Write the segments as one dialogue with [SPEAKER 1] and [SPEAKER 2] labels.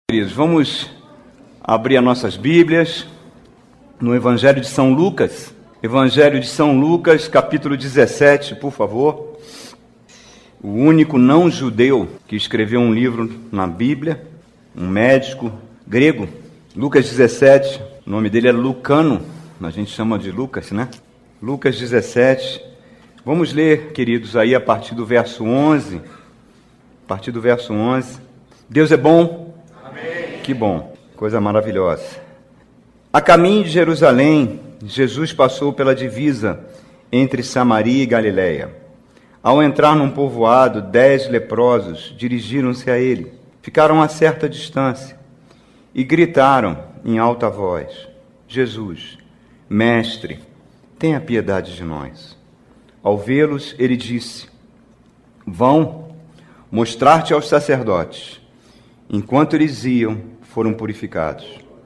[SPEAKER 1] Queridos, vamos abrir as nossas Bíblias no Evangelho de São Lucas. Evangelho de São Lucas, capítulo 17, por favor. O único não-judeu que escreveu um livro na Bíblia, um médico grego. Lucas 17, o nome dele é Lucano, a gente chama de Lucas, né? Lucas 17. Vamos ler, queridos, aí a partir do verso 11. A partir do verso 11. Deus é bom. Que bom, coisa maravilhosa. A caminho de Jerusalém, Jesus passou pela divisa entre Samaria e Galiléia. Ao entrar num povoado, 10 leprosos dirigiram-se a ele. Ficaram a certa distância e gritaram em alta voz: Jesus, mestre, tenha piedade de nós. Ao vê-los, ele disse: vão mostrar-te aos sacerdotes. Enquanto eles iam, foram purificados.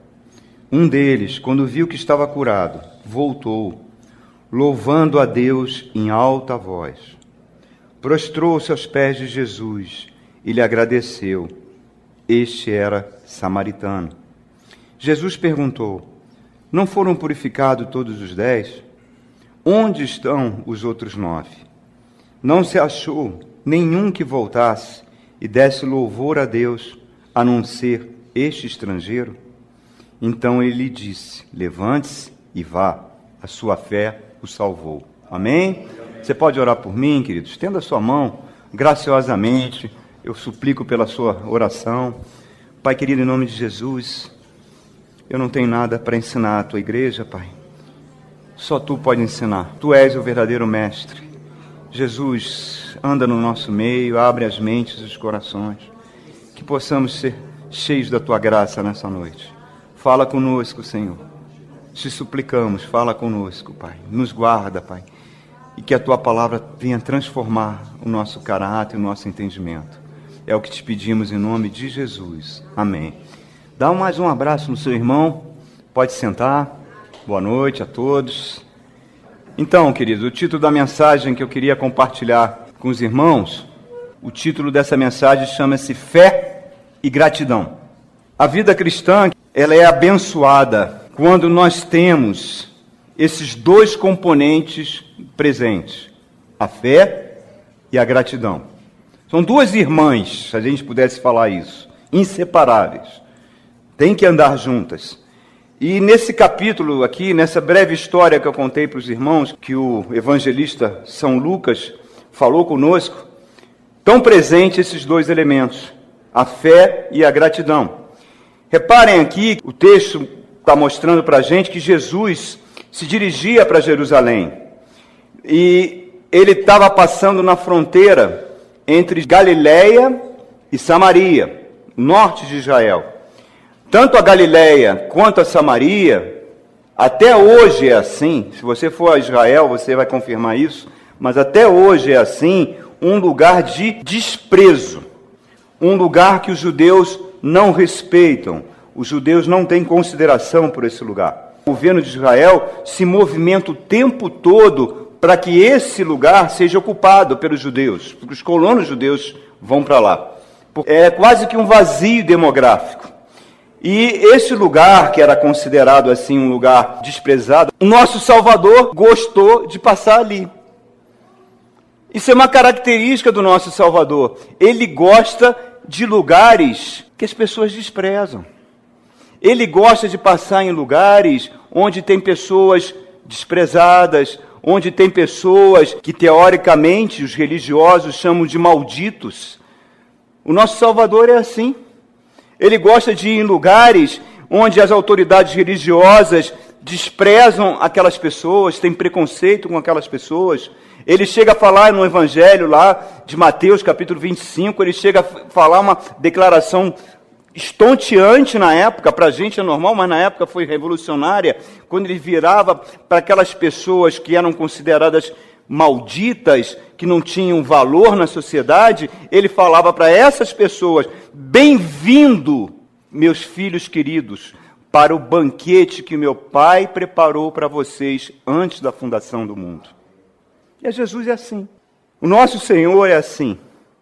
[SPEAKER 1] Um deles, quando viu que estava curado, voltou, louvando a Deus em alta voz. Prostrou-se aos pés de Jesus e lhe agradeceu. Este era samaritano. Jesus perguntou: não foram purificados todos os 10? Onde estão os outros 9? Não se achou nenhum que voltasse e desse louvor a Deus, a não ser este estrangeiro? Então ele lhe disse: levante-se e vá, a sua fé o salvou. Amém? Você pode orar por mim, querido? Estenda a sua mão graciosamente, eu suplico pela sua oração. Pai querido, em nome de Jesus, eu não tenho nada para ensinar à tua igreja, Pai. Só tu pode ensinar, tu és o verdadeiro mestre. Jesus, anda no nosso meio, abre as mentes e os corações, que possamos ser cheios da tua graça nessa noite. Fala conosco, Senhor. Te suplicamos, fala conosco, Pai. Nos guarda, Pai. E que a tua palavra venha transformar o nosso caráter, o nosso entendimento. É o que te pedimos em nome de Jesus. Amém. Dá mais um abraço no seu irmão. Pode sentar. Boa noite a todos. Então, queridos, o título da mensagem que eu queria compartilhar com os irmãos, o título dessa mensagem chama-se Fé e Gratidão. A vida cristã, ela é abençoada quando nós temos esses dois componentes presentes, a fé e a gratidão. São duas irmãs, se a gente pudesse falar isso, inseparáveis. Tem que andar juntas. E nesse capítulo aqui, nessa breve história que eu contei para os irmãos, que o evangelista São Lucas falou conosco, estão presentes esses dois elementos, a fé e a gratidão. Reparem aqui, o texto está mostrando para a gente que Jesus se dirigia para Jerusalém. E ele estava passando na fronteira entre Galiléia e Samaria, norte de Israel. Tanto a Galiléia quanto a Samaria, até hoje é assim. Se você for a Israel, você vai confirmar isso. Mas até hoje é assim, um lugar de desprezo. Um lugar que os judeus não respeitam. Os judeus não têm consideração por esse lugar. O governo de Israel se movimenta o tempo todo para que esse lugar seja ocupado pelos judeus, porque os colonos judeus vão para lá. É quase que um vazio demográfico. E esse lugar, que era considerado assim um lugar desprezado, o nosso Salvador gostou de passar ali. Isso é uma característica do nosso Salvador. Ele gosta de lugares que as pessoas desprezam. Ele gosta de passar em lugares onde tem pessoas desprezadas, onde tem pessoas que teoricamente os religiosos chamam de malditos. O nosso Salvador é assim. Ele gosta de ir em lugares onde as autoridades religiosas desprezam aquelas pessoas, têm preconceito com aquelas pessoas. Ele chega a falar no Evangelho lá de Mateus, capítulo 25, ele chega a falar uma declaração estonteante na época, para a gente é normal, mas na época foi revolucionária, quando ele virava para aquelas pessoas que eram consideradas malditas, que não tinham valor na sociedade, ele falava para essas pessoas: bem-vindo, meus filhos queridos, para o banquete que meu Pai preparou para vocês antes da fundação do mundo. E Jesus é assim. O nosso Senhor é assim.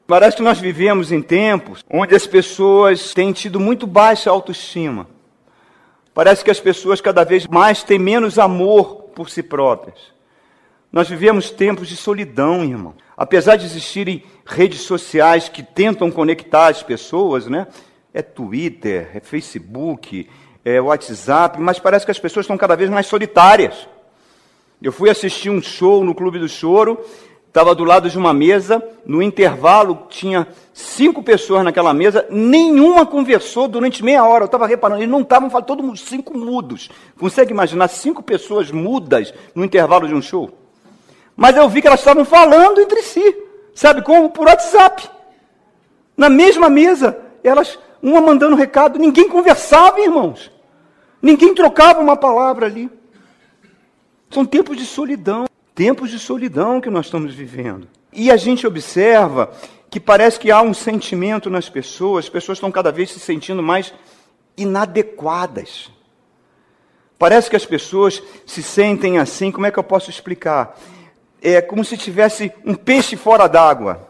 [SPEAKER 1] Parece que nós vivemos em tempos onde as pessoas têm tido muito baixa autoestima. Parece que as pessoas cada vez mais têm menos amor por si próprias. Nós vivemos tempos de solidão, irmão. Apesar de existirem redes sociais que tentam conectar as pessoas, né? É Twitter, é Facebook, é WhatsApp, mas parece que as pessoas estão cada vez mais solitárias. Eu fui assistir um show no Clube do Choro, estava do lado de uma mesa, no intervalo tinha 5 pessoas naquela mesa, nenhuma conversou durante meia hora. Eu estava reparando, eles não estavam falando, todo mundo, 5 mudos. Consegue imaginar 5 pessoas mudas no intervalo de um show? Mas eu vi que elas estavam falando entre si, sabe como? Por WhatsApp. Na mesma mesa, elas, uma mandando recado, ninguém conversava, irmãos. Ninguém trocava uma palavra ali. São tempos de solidão que nós estamos vivendo. E a gente observa que parece que há um sentimento nas pessoas, as pessoas estão cada vez se sentindo mais inadequadas. Parece que as pessoas se sentem assim, como é que eu posso explicar? É como se tivesse um peixe fora d'água.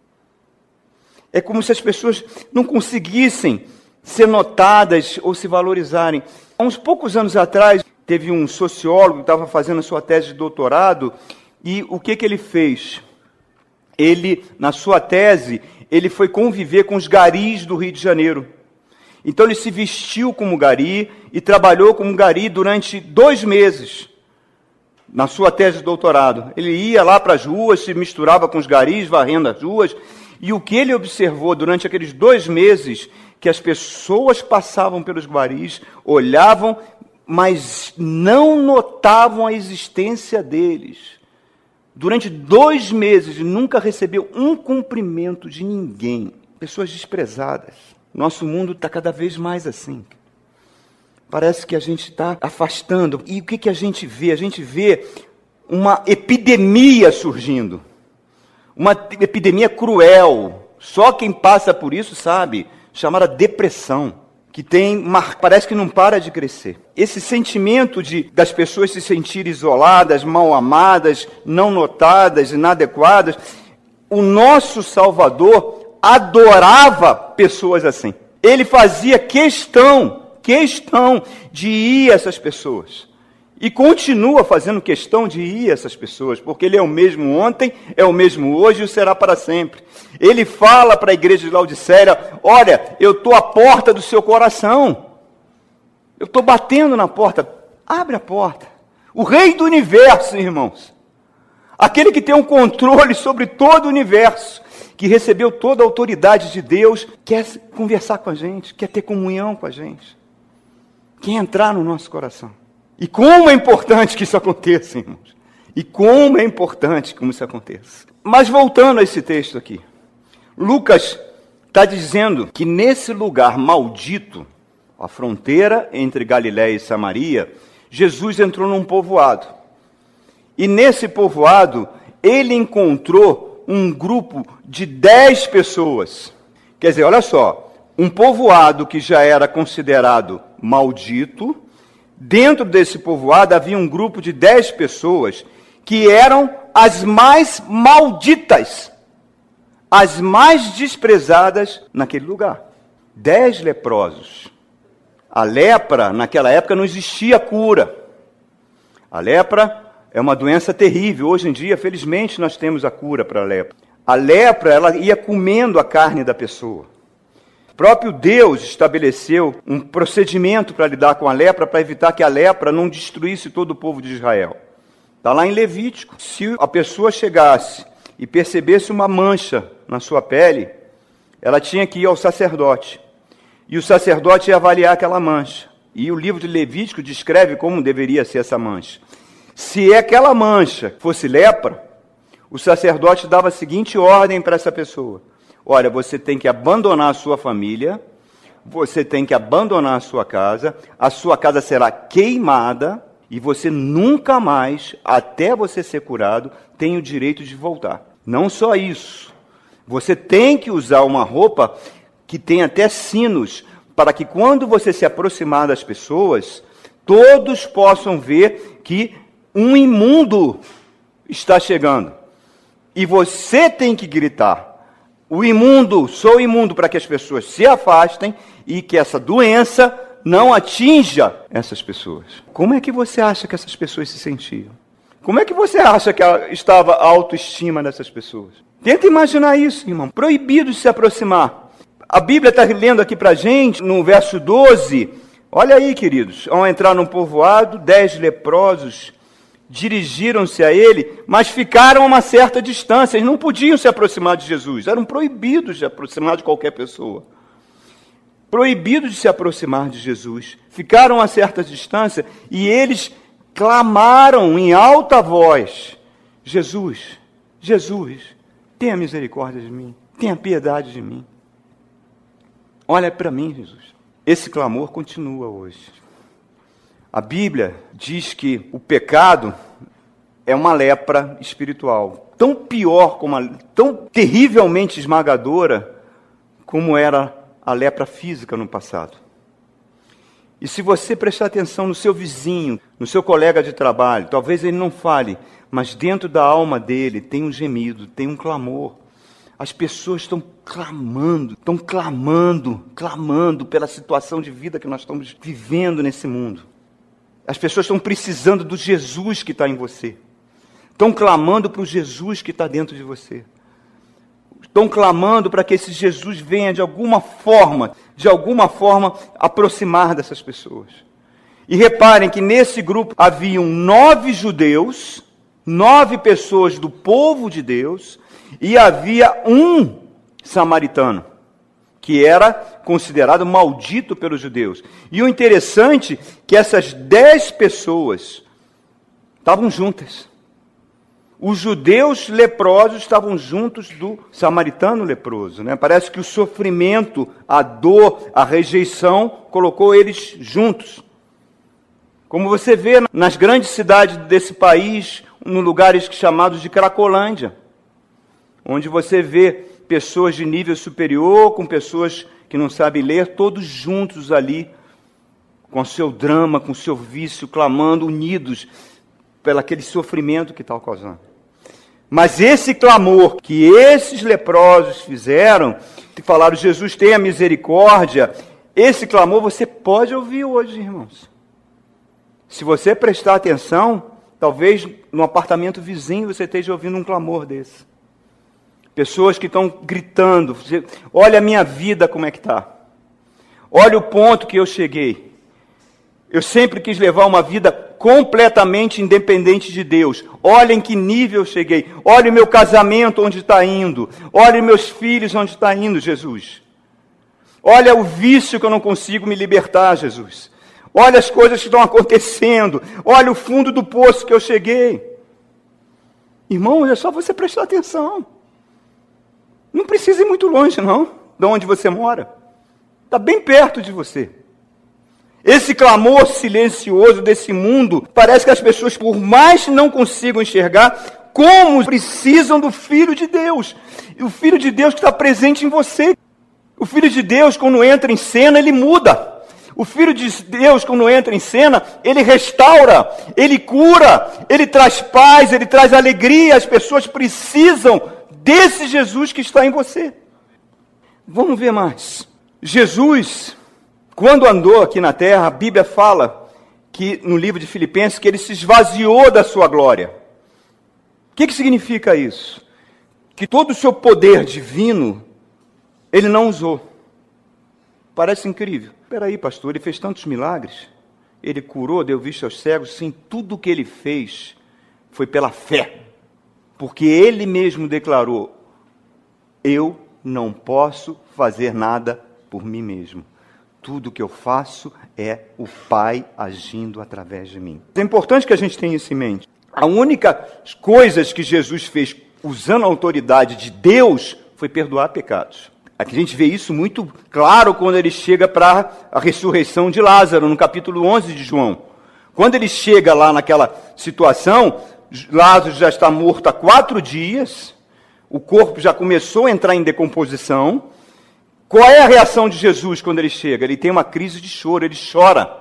[SPEAKER 1] É como se as pessoas não conseguissem ser notadas ou se valorizarem. Há uns poucos anos atrás, teve um sociólogo que estava fazendo a sua tese de doutorado, e o que ele fez? Ele, na sua tese, ele foi conviver com os garis do Rio de Janeiro. Então ele se vestiu como gari e trabalhou como gari durante 2 meses. Na sua tese de doutorado, ele ia lá para as ruas, se misturava com os garis, varrendo as ruas, e o que ele observou durante aqueles 2 meses, que as pessoas passavam pelos garis, olhavam, mas não notavam a existência deles. Durante 2 meses, nunca recebeu um cumprimento de ninguém. Pessoas desprezadas. Nosso mundo está cada vez mais assim. Parece que a gente está afastando. E o que a gente vê? A gente vê uma epidemia surgindo. Uma epidemia cruel. Só quem passa por isso sabe. Chamada depressão. Que parece que não para de crescer. Esse sentimento das pessoas se sentirem isoladas, mal amadas, não notadas, inadequadas. O nosso Salvador adorava pessoas assim. Ele fazia questão de ir a essas pessoas. E continua fazendo questão de ir a essas pessoas, porque Ele é o mesmo ontem, é o mesmo hoje e o será para sempre. Ele fala para a igreja de Laodiceia, olha, eu estou à porta do seu coração. Eu estou batendo na porta. Abre a porta. O Rei do Universo, irmãos. Aquele que tem um controle sobre todo o universo, que recebeu toda a autoridade de Deus, quer conversar com a gente, quer ter comunhão com a gente. Quer entrar no nosso coração. E como é importante que isso aconteça, irmãos. E como é importante que isso aconteça. Mas voltando a esse texto aqui. Lucas está dizendo que nesse lugar maldito, a fronteira entre Galiléia e Samaria, Jesus entrou num povoado. E nesse povoado, ele encontrou um grupo de 10 pessoas. Quer dizer, olha só, um povoado que já era considerado maldito, dentro desse povoado havia um grupo de 10 pessoas que eram as mais malditas, as mais desprezadas naquele lugar. 10 leprosos. A lepra, naquela época, não existia cura. A lepra é uma doença terrível. Hoje em dia, felizmente, nós temos a cura para a lepra. A lepra, ela ia comendo a carne da pessoa. O próprio Deus estabeleceu um procedimento para lidar com a lepra, para evitar que a lepra não destruísse todo o povo de Israel. Está lá em Levítico. Se a pessoa chegasse e percebesse uma mancha na sua pele, ela tinha que ir ao sacerdote. E o sacerdote ia avaliar aquela mancha. E o livro de Levítico descreve como deveria ser essa mancha. Se aquela mancha fosse lepra, o sacerdote dava a seguinte ordem para essa pessoa. Olha, você tem que abandonar a sua família, você tem que abandonar a sua casa será queimada, e você nunca mais, até você ser curado, tem o direito de voltar. Não só isso, você tem que usar uma roupa que tem até sinos, para que quando você se aproximar das pessoas, todos possam ver que um imundo está chegando. E você tem que gritar, o imundo, sou imundo, para que as pessoas se afastem e que essa doença não atinja essas pessoas. Como é que você acha que essas pessoas se sentiam? Como é que você acha que estava a autoestima dessas pessoas? Tenta imaginar isso, irmão. Proibido de se aproximar. A Bíblia está lendo aqui para a gente, no verso 12, olha aí, queridos, ao entrar num povoado, 10 leprosos dirigiram-se a ele, mas ficaram a uma certa distância. Eles não podiam se aproximar de Jesus, eram proibidos de se aproximar de qualquer pessoa. Proibidos de se aproximar de Jesus. Ficaram a certa distância e eles clamaram em alta voz: Jesus, Jesus, tenha misericórdia de mim, tenha piedade de mim. Olha para mim, Jesus. Esse clamor continua hoje. A Bíblia diz que o pecado é uma lepra espiritual, tão pior, tão terrivelmente esmagadora como era a lepra física no passado. E se você prestar atenção no seu vizinho, no seu colega de trabalho, talvez ele não fale, mas dentro da alma dele tem um gemido, tem um clamor. As pessoas estão clamando pela situação de vida que nós estamos vivendo nesse mundo. As pessoas estão precisando do Jesus que está em você. Estão clamando para o Jesus que está dentro de você. Estão clamando para que esse Jesus venha de alguma forma, aproximar dessas pessoas. E reparem que nesse grupo haviam 9 judeus, 9 pessoas do povo de Deus, e havia um samaritano, que era considerado maldito pelos judeus. E o interessante é que essas 10 pessoas estavam juntas. Os judeus leprosos estavam juntos do samaritano leproso, né? Parece que o sofrimento, a dor, a rejeição colocou eles juntos. Como você vê nas grandes cidades desse país, em lugares chamados de Cracolândia, onde você vê pessoas de nível superior com pessoas que não sabem ler, todos juntos ali, com o seu drama, com o seu vício, clamando, unidos pelo aquele sofrimento que está causando. Mas esse clamor que esses leprosos fizeram, que falaram: Jesus, tenha misericórdia, esse clamor você pode ouvir hoje, irmãos. Se você prestar atenção, talvez no apartamento vizinho você esteja ouvindo um clamor desse. Pessoas que estão gritando: olha a minha vida como é que está. Olha o ponto que eu cheguei. Eu sempre quis levar uma vida completamente independente de Deus. Olha em que nível eu cheguei. Olha o meu casamento onde está indo. Olha os meus filhos onde está indo, Jesus. Olha o vício que eu não consigo me libertar, Jesus. Olha as coisas que estão acontecendo. Olha o fundo do poço que eu cheguei. Irmão, é só você prestar atenção. Não precisa ir muito longe, não, de onde você mora. Está bem perto de você. Esse clamor silencioso desse mundo, parece que as pessoas, por mais que não consigam enxergar, como precisam do Filho de Deus. E o Filho de Deus que está presente em você. O Filho de Deus, quando entra em cena, ele muda. O Filho de Deus, quando entra em cena, ele restaura, ele cura, ele traz paz, ele traz alegria. As pessoas precisam desse Jesus que está em você. Vamos ver mais. Jesus, quando andou aqui na terra, a Bíblia fala que no livro de Filipenses que ele se esvaziou da sua glória. O que significa isso? Que todo o seu poder divino ele não usou. Parece incrível. Espera aí, pastor, ele fez tantos milagres. Ele curou, deu vista aos cegos. Sim, tudo o que ele fez foi pela fé. Porque ele mesmo declarou: eu não posso fazer nada por mim mesmo. Tudo que eu faço é o Pai agindo através de mim. É importante que a gente tenha isso em mente. A única coisa que Jesus fez usando a autoridade de Deus foi perdoar pecados. Aqui a gente vê isso muito claro quando ele chega para a ressurreição de Lázaro, no capítulo 11 de João. Quando ele chega lá naquela situação, Lázaro já está morto há 4 dias, o corpo já começou a entrar em decomposição. Qual é a reação de Jesus quando ele chega? Ele tem uma crise de choro, ele chora.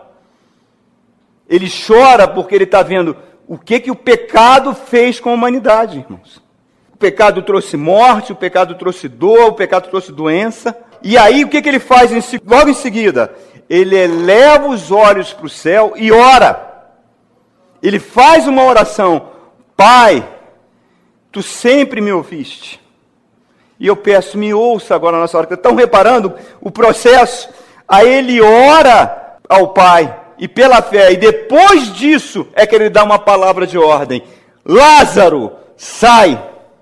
[SPEAKER 1] Ele chora porque ele está vendo o que o pecado fez com a humanidade, irmãos. O pecado trouxe morte, o pecado trouxe dor, o pecado trouxe doença. E aí o que ele faz logo em seguida? Ele eleva os olhos para o céu e ora. Ele faz uma oração. Pai, tu sempre me ouviste. E eu peço, me ouça agora nessa hora. Estão reparando o processo? Aí ele ora ao Pai, e pela fé, e depois disso é que ele dá uma palavra de ordem. Lázaro, sai.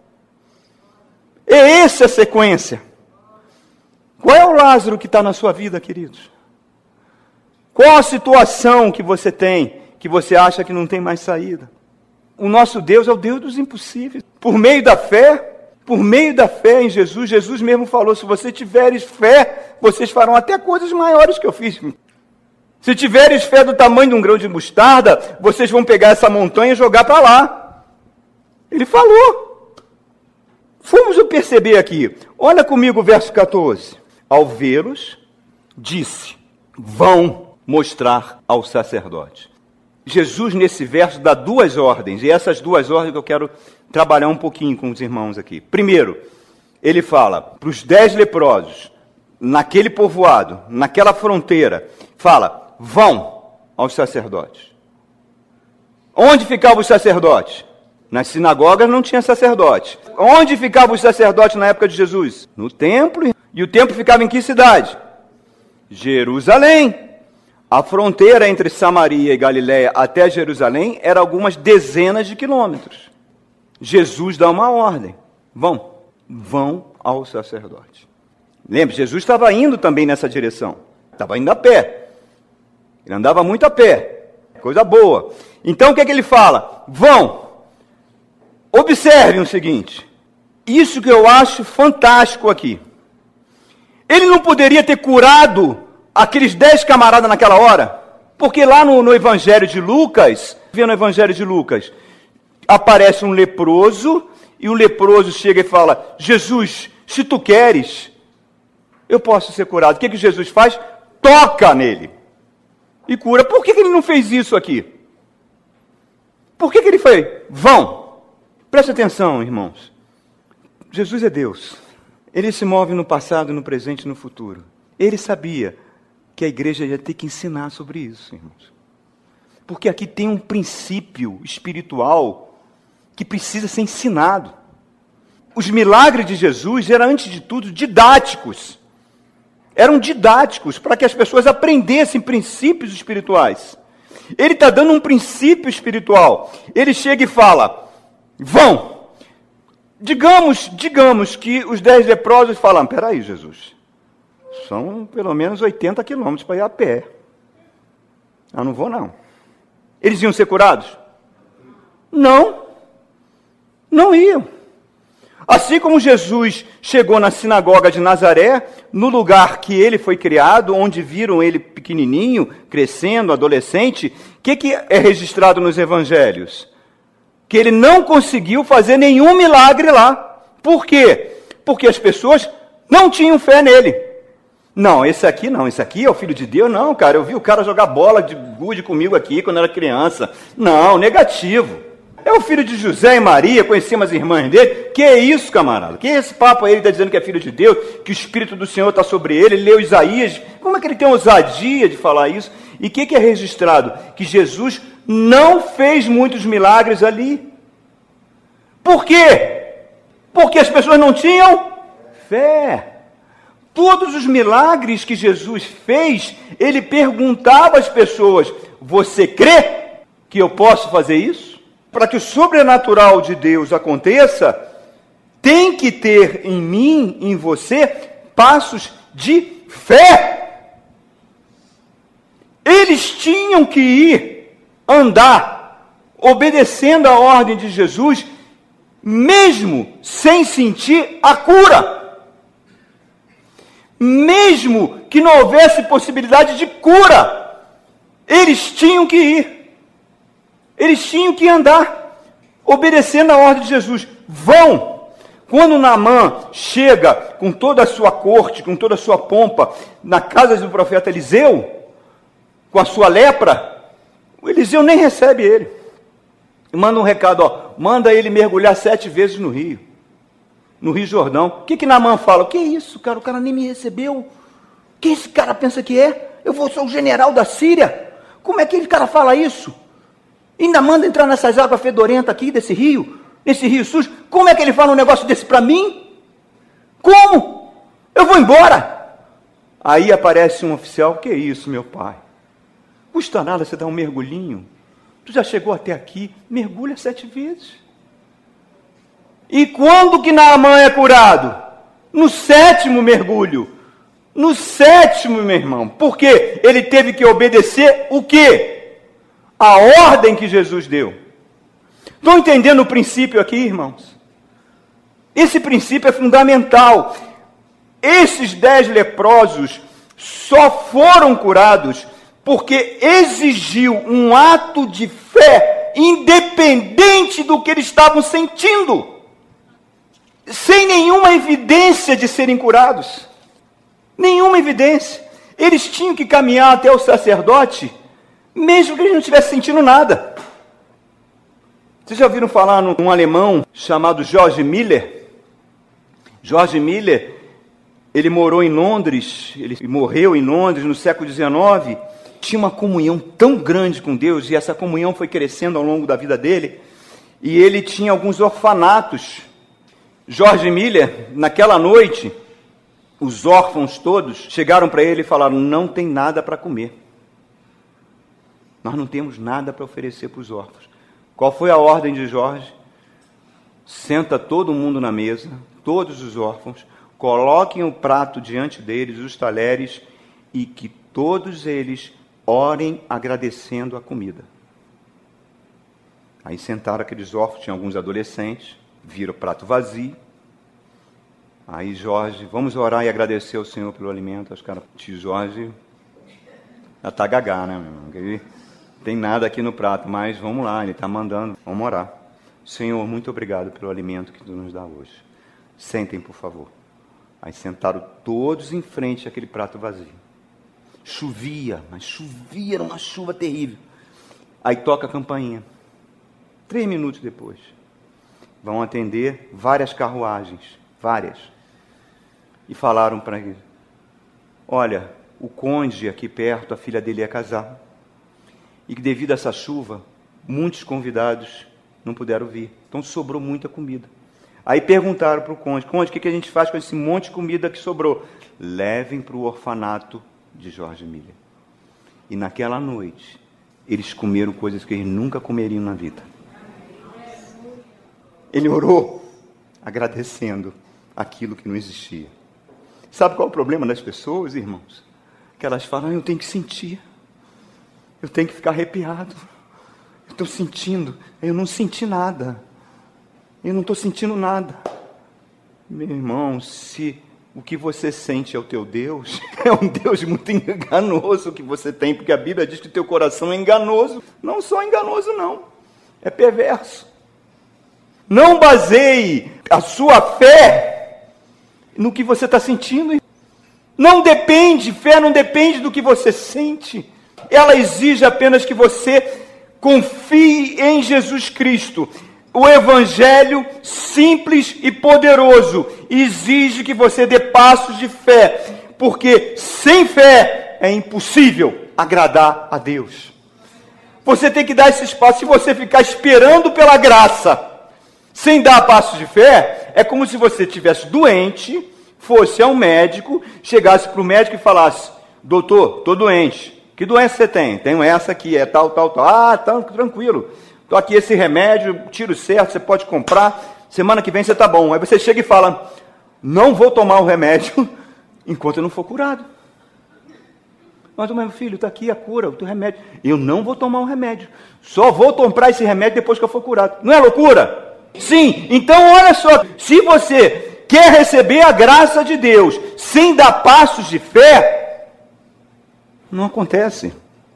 [SPEAKER 1] É essa a sequência. Qual é o Lázaro que está na sua vida, queridos? Qual a situação que você tem, que você acha que não tem mais saída? O nosso Deus é o Deus dos impossíveis. Por meio da fé em Jesus, Jesus mesmo falou, se vocês tiveres fé, vocês farão até coisas maiores que eu fiz. Se tiveres fé do tamanho de um grão de mostarda, vocês vão pegar essa montanha e jogar para lá. Ele falou. Vamos perceber aqui. Olha comigo o verso 14. Ao vê-los, disse, vão mostrar ao sacerdote. Jesus, nesse verso, dá duas ordens, e essas duas ordens que eu quero trabalhar um pouquinho com os irmãos aqui. Primeiro, ele fala para os 10 leprosos, naquele povoado, naquela fronteira, fala, vão aos sacerdotes. Onde ficavam os sacerdotes? Nas sinagogas não tinha sacerdote. Onde ficavam os sacerdotes na época de Jesus? No templo. E o templo ficava em que cidade? Jerusalém. A fronteira entre Samaria e Galiléia até Jerusalém era algumas dezenas de quilômetros. Jesus dá uma ordem. Vão ao sacerdote. Lembre, Jesus estava indo também nessa direção. Estava indo a pé. Ele andava muito a pé. Coisa boa. Então o que é que ele fala? Vão. Observem o seguinte. Isso que eu acho fantástico aqui. Ele não poderia ter curado aqueles 10 camaradas naquela hora? Porque lá no Evangelho de Lucas, aparece um leproso, e o leproso chega e fala, Jesus, se tu queres, eu posso ser curado. O que Jesus faz? Toca nele e cura. Por que ele não fez isso aqui? Por que ele foi? Vão. Preste atenção, irmãos. Jesus é Deus. Ele se move no passado, no presente e no futuro. Ele sabia que a igreja ia ter que ensinar sobre isso, irmãos. Porque aqui tem um princípio espiritual que precisa ser ensinado. Os milagres de Jesus eram, antes de tudo, didáticos. Eram didáticos para que as pessoas aprendessem princípios espirituais. Ele está dando um princípio espiritual. Ele chega e fala, vão. Digamos que os 10 leprosos falam, peraí, Jesus, são pelo menos 80 quilômetros para ir a pé. Eu não vou, não. Eles iam ser curados? Não iam. Assim como Jesus chegou na sinagoga de Nazaré, no lugar que ele foi criado, onde viram ele pequenininho, crescendo, adolescente, o que é registrado nos evangelhos? Que ele não conseguiu fazer nenhum milagre lá. Por quê? Porque as pessoas não tinham fé nele. Não, esse aqui é o Filho de Deus. Não, cara, eu vi o cara jogar bola de gude comigo aqui quando era criança. Não, negativo. É o filho de José e Maria, conhecemos as irmãs dele. Que é isso, camarada? Que é esse papo aí? Ele está dizendo que é filho de Deus, que o Espírito do Senhor está sobre ele. Ele leu Isaías. Como é que ele tem ousadia de falar isso? E o que é registrado? Que Jesus não fez muitos milagres ali. Por quê? Porque as pessoas não tinham fé. Todos os milagres que Jesus fez, ele perguntava às pessoas, você crê que eu posso fazer isso? Para que o sobrenatural de Deus aconteça, tem que ter em mim, em você, passos de fé. Eles tinham que ir, andar, obedecendo a ordem de Jesus, mesmo sem sentir a cura. Mesmo que não houvesse possibilidade de cura, eles tinham que ir. Eles tinham que andar, obedecendo a ordem de Jesus. Vão! Quando Naamã chega com toda a sua corte, com toda a sua pompa, na casa do profeta Eliseu, com a sua lepra, o Eliseu nem recebe ele. E manda um recado, manda ele mergulhar 7 vezes no rio. no Rio Jordão. O que Naamã fala? O que é isso, cara? O cara nem me recebeu. O que esse cara pensa que é? Eu sou o general da Síria. Como é que esse cara fala isso? Ainda manda entrar nessas águas fedorentas aqui, desse rio sujo. Como é que ele fala um negócio desse para mim? Como? Eu vou embora. Aí aparece um oficial. Que é isso, meu pai? Custa nada você dar um mergulhinho. Tu já chegou até aqui, mergulha 7 vezes. E quando que Naamã é curado? No 7º mergulho. No 7º, meu irmão. Por quê? Ele teve que obedecer o quê? A ordem que Jesus deu. Estão entendendo o princípio aqui, irmãos? Esse princípio é fundamental. Esses 10 leprosos só foram curados porque exigiu um ato de fé independente do que eles estavam sentindo, sem nenhuma evidência de serem curados. Nenhuma evidência. Eles tinham que caminhar até o sacerdote, mesmo que eles não estivessem sentindo nada. Vocês já ouviram falar num alemão chamado George Miller? George Miller, ele morou em Londres, ele morreu em Londres no século XIX, tinha uma comunhão tão grande com Deus, e essa comunhão foi crescendo ao longo da vida dele, e ele tinha alguns orfanatos. George Miller, naquela noite, os órfãos todos chegaram para ele e falaram: não tem nada para comer. Nós não temos nada para oferecer para os órfãos. Qual foi a ordem de Jorge? Senta todo mundo na mesa, todos os órfãos, coloquem o prato diante deles, os talheres, e que todos eles orem agradecendo a comida. Aí sentaram aqueles órfãos, tinha alguns adolescentes, viram o prato vazio. Aí Jorge, vamos orar e agradecer ao Senhor pelo alimento. Os caras, tio Jorge, já está gagá, né, meu irmão? Tem nada aqui no prato, mas vamos lá, ele está mandando, vamos orar. Senhor, muito obrigado pelo alimento que tu nos dá hoje. Sentem, por favor. Aí sentaram todos em frente àquele prato vazio. Chovia, mas chovia, era uma chuva terrível. Aí toca a campainha. 3 minutos depois, vão atender várias carruagens, várias. E falaram para ele: olha, o conde aqui perto, a filha dele ia casar. E que devido a essa chuva, muitos convidados não puderam vir. Então sobrou muita comida. Aí perguntaram para o conde: conde, o que a gente faz com esse monte de comida que sobrou? Levem para o orfanato de George Miller. E naquela noite, eles comeram coisas que eles nunca comeriam na vida. Ele orou agradecendo aquilo que não existia. Sabe qual é o problema das pessoas, irmãos? Que elas falam: eu tenho que sentir. Eu tenho que ficar arrepiado. Eu estou sentindo. Eu não senti nada. Eu não estou sentindo nada. Meu irmão, se o que você sente é o teu Deus, é um Deus muito enganoso que você tem, porque a Bíblia diz que o teu coração é enganoso. Não só enganoso, não. É perverso. Não baseie a sua fé no que você está sentindo. Não depende, fé não depende do que você sente. Ela exige apenas que você confie em Jesus Cristo. O Evangelho simples e poderoso exige que você dê passos de fé, porque sem fé é impossível agradar a Deus. Você tem que dar esses passos. Se você ficar esperando pela graça, sem dar passos de fé, é como se você estivesse doente, fosse ao médico, chegasse para o médico e falasse: doutor, estou doente. Que doença você tem? Tenho essa aqui, é tal, tal, tal. Ah, tá, tranquilo. Estou aqui, esse remédio, tiro certo, você pode comprar. Semana que vem você está bom. Aí você chega e fala: não vou tomar o remédio enquanto eu não for curado. Mas, meu filho, está aqui a cura, o teu remédio. Eu não vou tomar o remédio. Só vou comprar esse remédio depois que eu for curado. Não é loucura? Sim. Então, olha só. Se você quer receber a graça de Deus sem dar passos de fé, não acontece.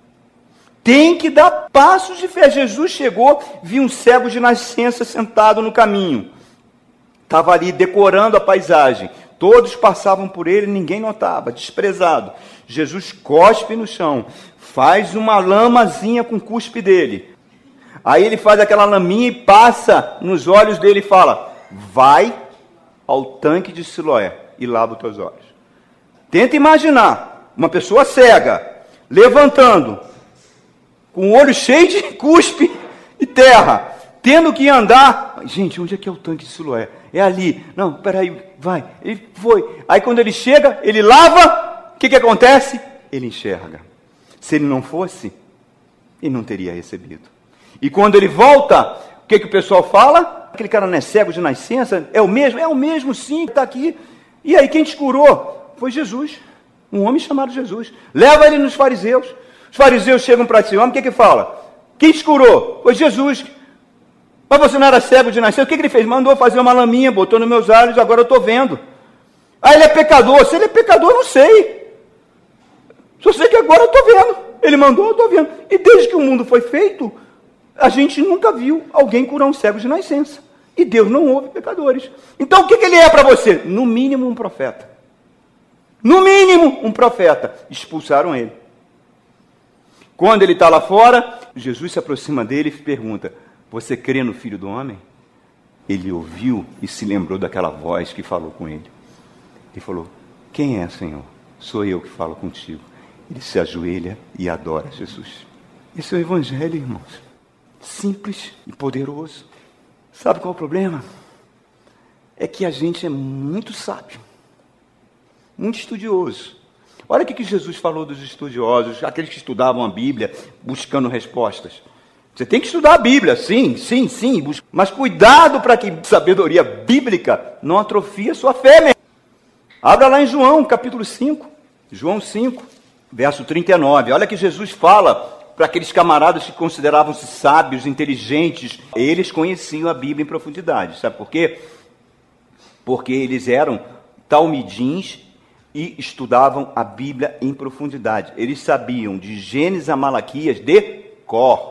[SPEAKER 1] Tem que dar passos de fé. Jesus chegou, viu um cego de nascença sentado no caminho. Estava ali decorando a paisagem. Todos passavam por ele, ninguém notava, desprezado. Jesus cospe no chão, faz uma lamazinha com o cuspe dele. Aí ele faz aquela laminha e passa nos olhos dele e fala: vai ao tanque de Siloé e lava os teus olhos. Tenta imaginar uma pessoa cega, levantando, com o olho cheio de cuspe e terra, tendo que andar. Gente, onde é que é o tanque de Siloé? É ali. Não, peraí, vai. Ele foi. Aí quando ele chega, ele lava, o que acontece? Ele enxerga. Se ele não fosse, ele não teria recebido. E quando ele volta, o que o pessoal fala? Aquele cara não é cego de nascença? É o mesmo sim, que está aqui. E aí quem te curou? Foi Jesus. Um homem chamado Jesus. Leva ele nos fariseus. Os fariseus chegam para esse homem, o que fala? Quem te curou? Foi Jesus. Mas você não era cego de nascer? O que ele fez? Mandou fazer uma laminha, botou nos meus olhos, agora eu estou vendo. Ah, ele é pecador. Se ele é pecador, eu não sei. Só sei que agora eu estou vendo. Ele mandou, eu estou vendo. E desde que o mundo foi feito, a gente nunca viu alguém curar um cego de nascença. E Deus não ouve pecadores. Então o que ele é para você? No mínimo um profeta. No mínimo um profeta. Expulsaram ele. Quando ele está lá fora, Jesus se aproxima dele e pergunta: você crê no Filho do Homem? Ele ouviu e se lembrou daquela voz que falou com ele. Ele falou: quem é, Senhor? Sou eu que falo contigo. Ele se ajoelha e adora Jesus. Esse é o Evangelho, irmãos. Simples e poderoso. Sabe qual é o problema? É que a gente é muito sábio, muito estudioso. Olha o que Jesus falou dos estudiosos, aqueles que estudavam a Bíblia, buscando respostas. Você tem que estudar a Bíblia, sim, mas cuidado para que sabedoria bíblica não atrofie a sua fé, mesmo. Abra lá em João, capítulo 5, João 5, verso 39. Olha que Jesus fala para aqueles camaradas que consideravam-se sábios, inteligentes. Eles conheciam a Bíblia em profundidade, sabe por quê? Porque eles eram talmidins e estudavam a Bíblia em profundidade. Eles sabiam de Gênesis a Malaquias de cor.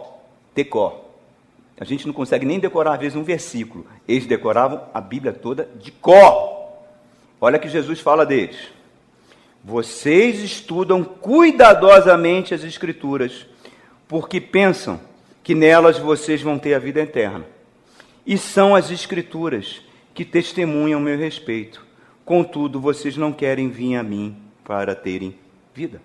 [SPEAKER 1] A gente não consegue nem decorar, às vezes, um versículo. Eles decoravam a Bíblia toda de cor. Olha que Jesus fala deles. Vocês estudam cuidadosamente as Escrituras, porque pensam que nelas vocês vão ter a vida eterna. E são as Escrituras que testemunham meu respeito. Contudo, vocês não querem vir a mim para terem vida.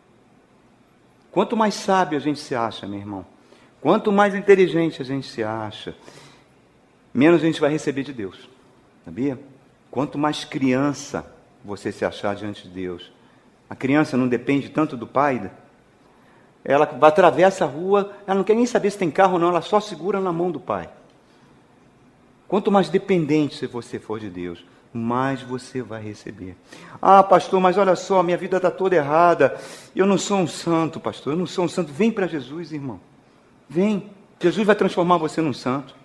[SPEAKER 1] Quanto mais sábio a gente se acha, meu irmão, quanto mais inteligente a gente se acha, menos a gente vai receber de Deus. Sabia? Quanto mais criança você se achar diante de Deus. A criança não depende tanto do pai. Ela atravessa a rua, ela não quer nem saber se tem carro ou não, ela só segura na mão do pai. Quanto mais dependente você for de Deus, mais você vai receber. Ah, pastor, mas olha só, minha vida está toda errada. Eu não sou um santo, pastor, eu não sou um santo. Vem para Jesus, irmão. Vem. Jesus vai transformar você num santo.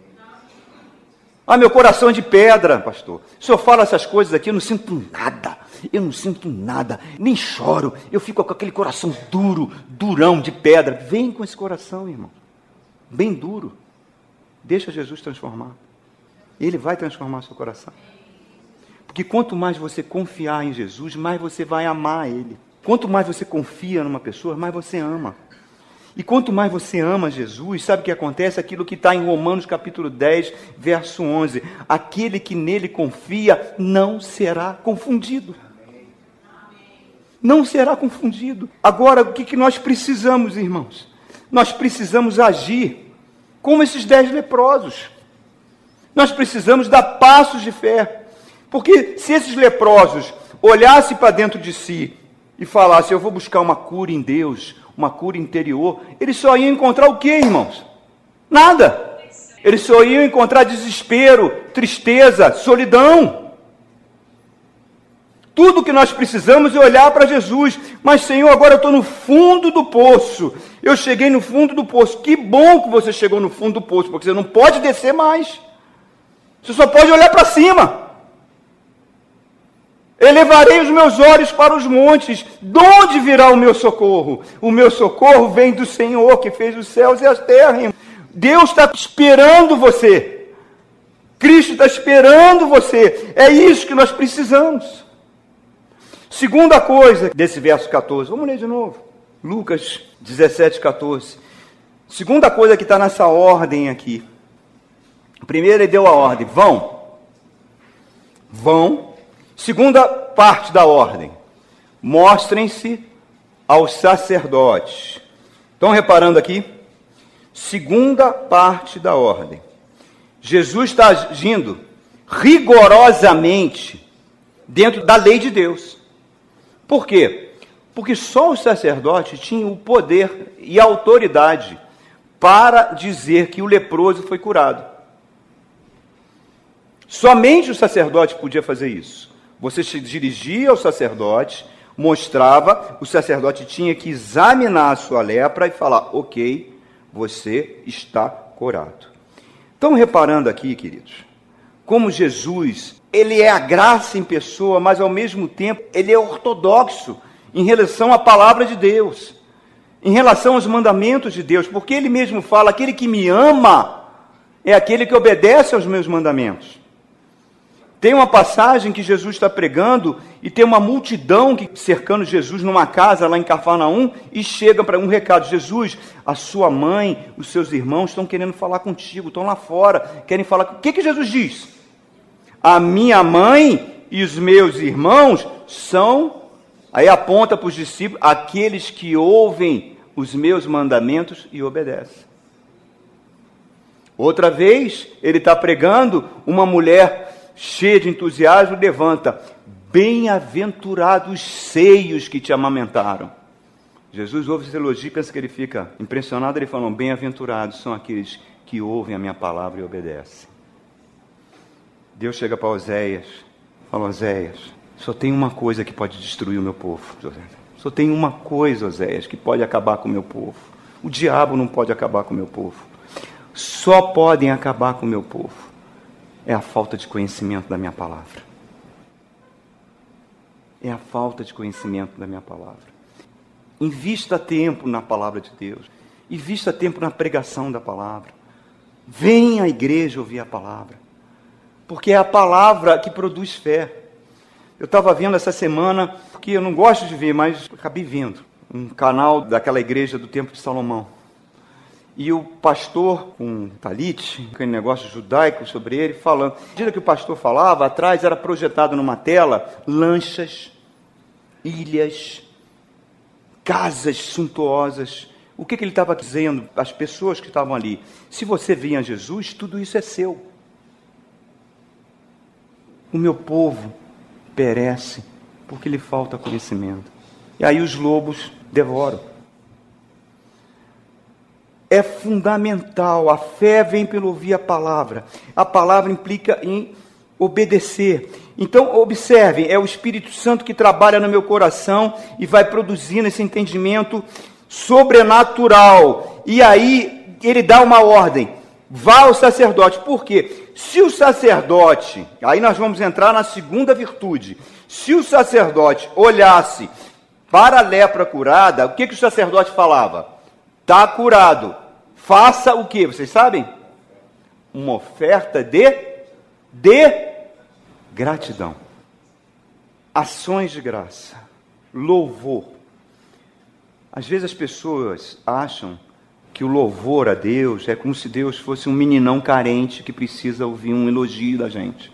[SPEAKER 1] Ah, meu coração é de pedra, pastor. O senhor fala essas coisas aqui, eu não sinto nada. Eu não sinto nada, nem choro. Eu fico com aquele coração duro, durão, de pedra. Vem com esse coração, irmão. Bem duro. Deixa Jesus transformar. Ele vai transformar seu coração. Porque quanto mais você confiar em Jesus, mais você vai amar Ele. Quanto mais você confia numa pessoa, mais você ama. E quanto mais você ama Jesus, sabe o que acontece? Aquilo que está em Romanos capítulo 10, verso 11. Aquele que nele confia não será confundido. Não será confundido. Agora, o que nós precisamos, irmãos? Nós precisamos agir como esses 10 leprosos. Nós precisamos dar passos de fé. Porque se esses leprosos olhassem para dentro de si e falassem: eu vou buscar uma cura em Deus, uma cura interior, eles só iam encontrar o quê, irmãos? Nada. Eles só iam encontrar desespero, tristeza, solidão. Tudo que nós precisamos é olhar para Jesus. Mas, Senhor, agora eu estou no fundo do poço. Eu cheguei no fundo do poço. Que bom que você chegou no fundo do poço, porque você não pode descer mais. Você só pode olhar para cima. Elevarei os meus olhos para os montes. De onde virá o meu socorro? O meu socorro vem do Senhor, que fez os céus e as terras. Deus está esperando você. Cristo está esperando você. É isso que nós precisamos. Segunda coisa desse verso 14. Vamos ler de novo. Lucas 17, 14. Segunda coisa que está nessa ordem aqui. Primeiro ele deu a ordem. Vão. Vão. Segunda parte da ordem. Mostrem-se aos sacerdotes. Estão reparando aqui? Segunda parte da ordem. Jesus está agindo rigorosamente dentro da lei de Deus. Por quê? Porque só os sacerdotes tinham o poder e a autoridade para dizer que o leproso foi curado. Somente o sacerdote podia fazer isso. Você se dirigia ao sacerdote, mostrava, o sacerdote tinha que examinar a sua lepra e falar, ok, você está curado. Estão reparando aqui, queridos, como Jesus, ele é a graça em pessoa, mas ao mesmo tempo ele é ortodoxo em relação à palavra de Deus, em relação aos mandamentos de Deus, porque ele mesmo fala, aquele que me ama é aquele que obedece aos meus mandamentos. Tem uma passagem que Jesus está pregando e tem uma multidão cercando Jesus numa casa lá em Cafarnaum e chega para um recado, Jesus, a sua mãe, os seus irmãos estão querendo falar contigo, estão lá fora, querem falar. O que Jesus diz? A minha mãe e os meus irmãos são, aí aponta para os discípulos, aqueles que ouvem os meus mandamentos e obedecem. Outra vez, ele está pregando, uma mulher cheia de entusiasmo, levanta, bem-aventurados seios que te amamentaram. Jesus ouve esse elogio e pensa que ele fica impressionado, ele fala, bem-aventurados são aqueles que ouvem a minha palavra e obedecem. Deus chega para Oséias, fala, Oséias, só tem uma coisa que pode destruir o meu povo. Só tem uma coisa, Oséias, que pode acabar com o meu povo. O diabo não pode acabar com o meu povo. Só podem acabar com o meu povo. É a falta de conhecimento da minha palavra. É a falta de conhecimento da minha palavra. Invista tempo na palavra de Deus. Invista tempo na pregação da palavra. Venha à igreja ouvir a palavra. Porque é a palavra que produz fé. Eu estava vendo essa semana, que eu não gosto de ver, mas acabei vendo, um canal daquela igreja do Templo de Salomão. E o pastor, com talit, aquele negócio judaico sobre ele, falando. À medida que o pastor falava, atrás era projetado numa tela lanchas, ilhas, casas suntuosas. O que ele estava dizendo às pessoas que estavam ali? Se você vem a Jesus, tudo isso é seu. O meu povo perece porque lhe falta conhecimento. E aí os lobos devoram. É fundamental, a fé vem pelo ouvir a palavra. A palavra implica em obedecer. Então, observem, é o Espírito Santo que trabalha no meu coração e vai produzindo esse entendimento sobrenatural. E aí, ele dá uma ordem. Vá ao sacerdote. Por quê? Se o sacerdote, aí nós vamos entrar na segunda virtude. Se o sacerdote olhasse para a lepra curada, o que o sacerdote falava? Está curado. Faça o quê? Vocês sabem? Uma oferta de gratidão. Ações de graça. Louvor. Às vezes as pessoas acham que o louvor a Deus é como se Deus fosse um meninão carente que precisa ouvir um elogio da gente.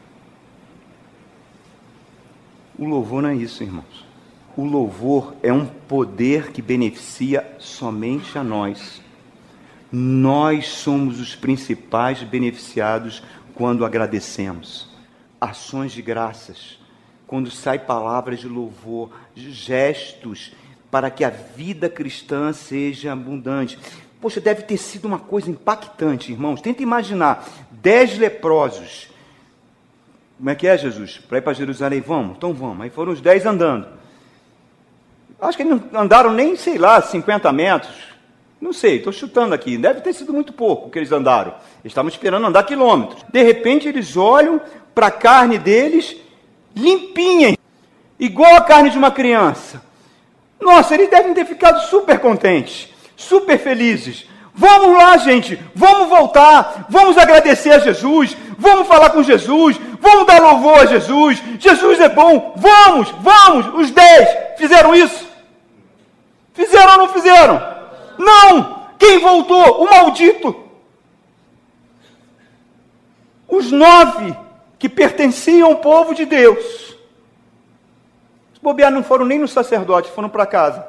[SPEAKER 1] O louvor não é isso, irmãos. O louvor é um poder que beneficia somente a nós. Nós somos os principais beneficiados quando agradecemos. Ações de graças, quando sai palavras de louvor, gestos, para que a vida cristã seja abundante. Poxa, deve ter sido uma coisa impactante, irmãos. Tenta imaginar, 10 leprosos. Como é que é, Jesus? Para ir para Jerusalém? Vamos, então vamos. Aí foram os 10 andando. Acho que eles não andaram nem, 50 metros. Não sei, estou chutando aqui. Deve ter sido muito pouco que eles andaram. Eles estavam esperando andar quilômetros. De repente, eles olham para a carne deles, limpinha, igual a carne de uma criança. Nossa, eles devem ter ficado super contentes, super felizes. Vamos lá, gente, vamos voltar, vamos agradecer a Jesus, vamos falar com Jesus, vamos dar louvor a Jesus. Jesus é bom, vamos, os 10 fizeram isso? Fizeram ou não fizeram? Não! Quem voltou? O maldito! Os 9 que pertenciam ao povo de Deus. Os bobear não foram nem no sacerdote, foram para casa.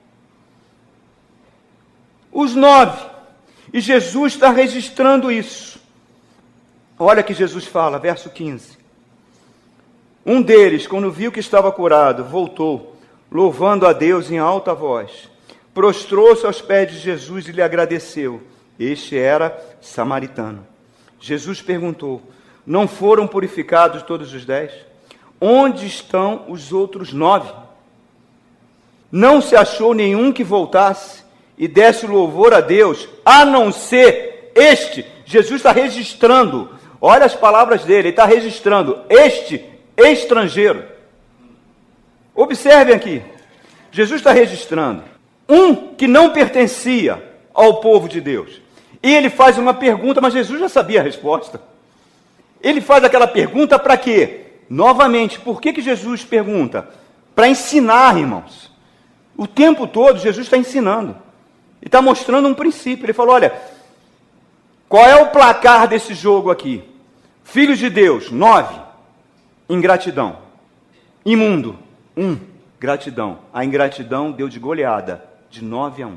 [SPEAKER 1] Os 9. E Jesus está registrando isso. Olha que Jesus fala, verso 15. Um deles, quando viu que estava curado, voltou, louvando a Deus em alta voz. Prostrou-se aos pés de Jesus e lhe agradeceu. Este era samaritano. Jesus perguntou: não foram purificados todos os 10? Onde estão os outros 9? Não se achou nenhum que voltasse e desse louvor a Deus, a não ser este. Jesus está registrando, olha as palavras dele, ele está registrando, este estrangeiro. Observem aqui, Jesus está registrando um que não pertencia ao povo de Deus. E ele faz uma pergunta, mas Jesus já sabia a resposta. Ele faz aquela pergunta para quê? Novamente, por que Jesus pergunta? Para ensinar, irmãos. O tempo todo Jesus está ensinando. E está mostrando um princípio. Ele falou, olha, qual é o placar desse jogo aqui? Filhos de Deus, 9. Ingratidão. Imundo, 1. Gratidão. A ingratidão deu de goleada, de 9-1.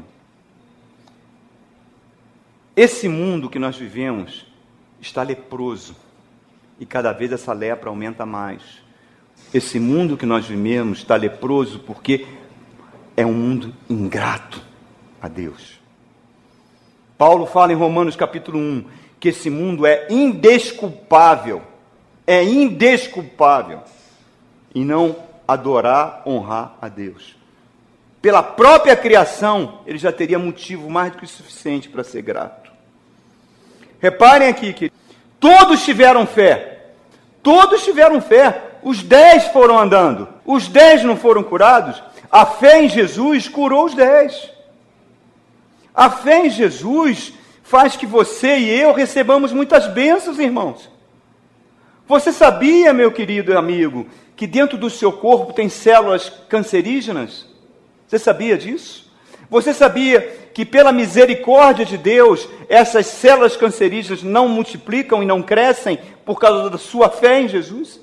[SPEAKER 1] Esse mundo que nós vivemos está leproso. E cada vez essa lepra aumenta mais. Esse mundo que nós vivemos está leproso porque é um mundo ingrato a Deus. Paulo fala em Romanos capítulo 1 que esse mundo é indesculpável. É indesculpável em não adorar, honrar a Deus. Pela própria criação, ele já teria motivo mais do que suficiente para ser grato. Reparem aqui que todos tiveram fé. Todos tiveram fé. Os 10 foram andando. Os 10 não foram curados. A fé em Jesus curou os 10. A fé em Jesus faz que você e eu recebamos muitas bênçãos, irmãos. Você sabia, meu querido amigo, que dentro do seu corpo tem células cancerígenas? Você sabia disso? Você sabia que pela misericórdia de Deus, essas células cancerígenas não multiplicam e não crescem por causa da sua fé em Jesus?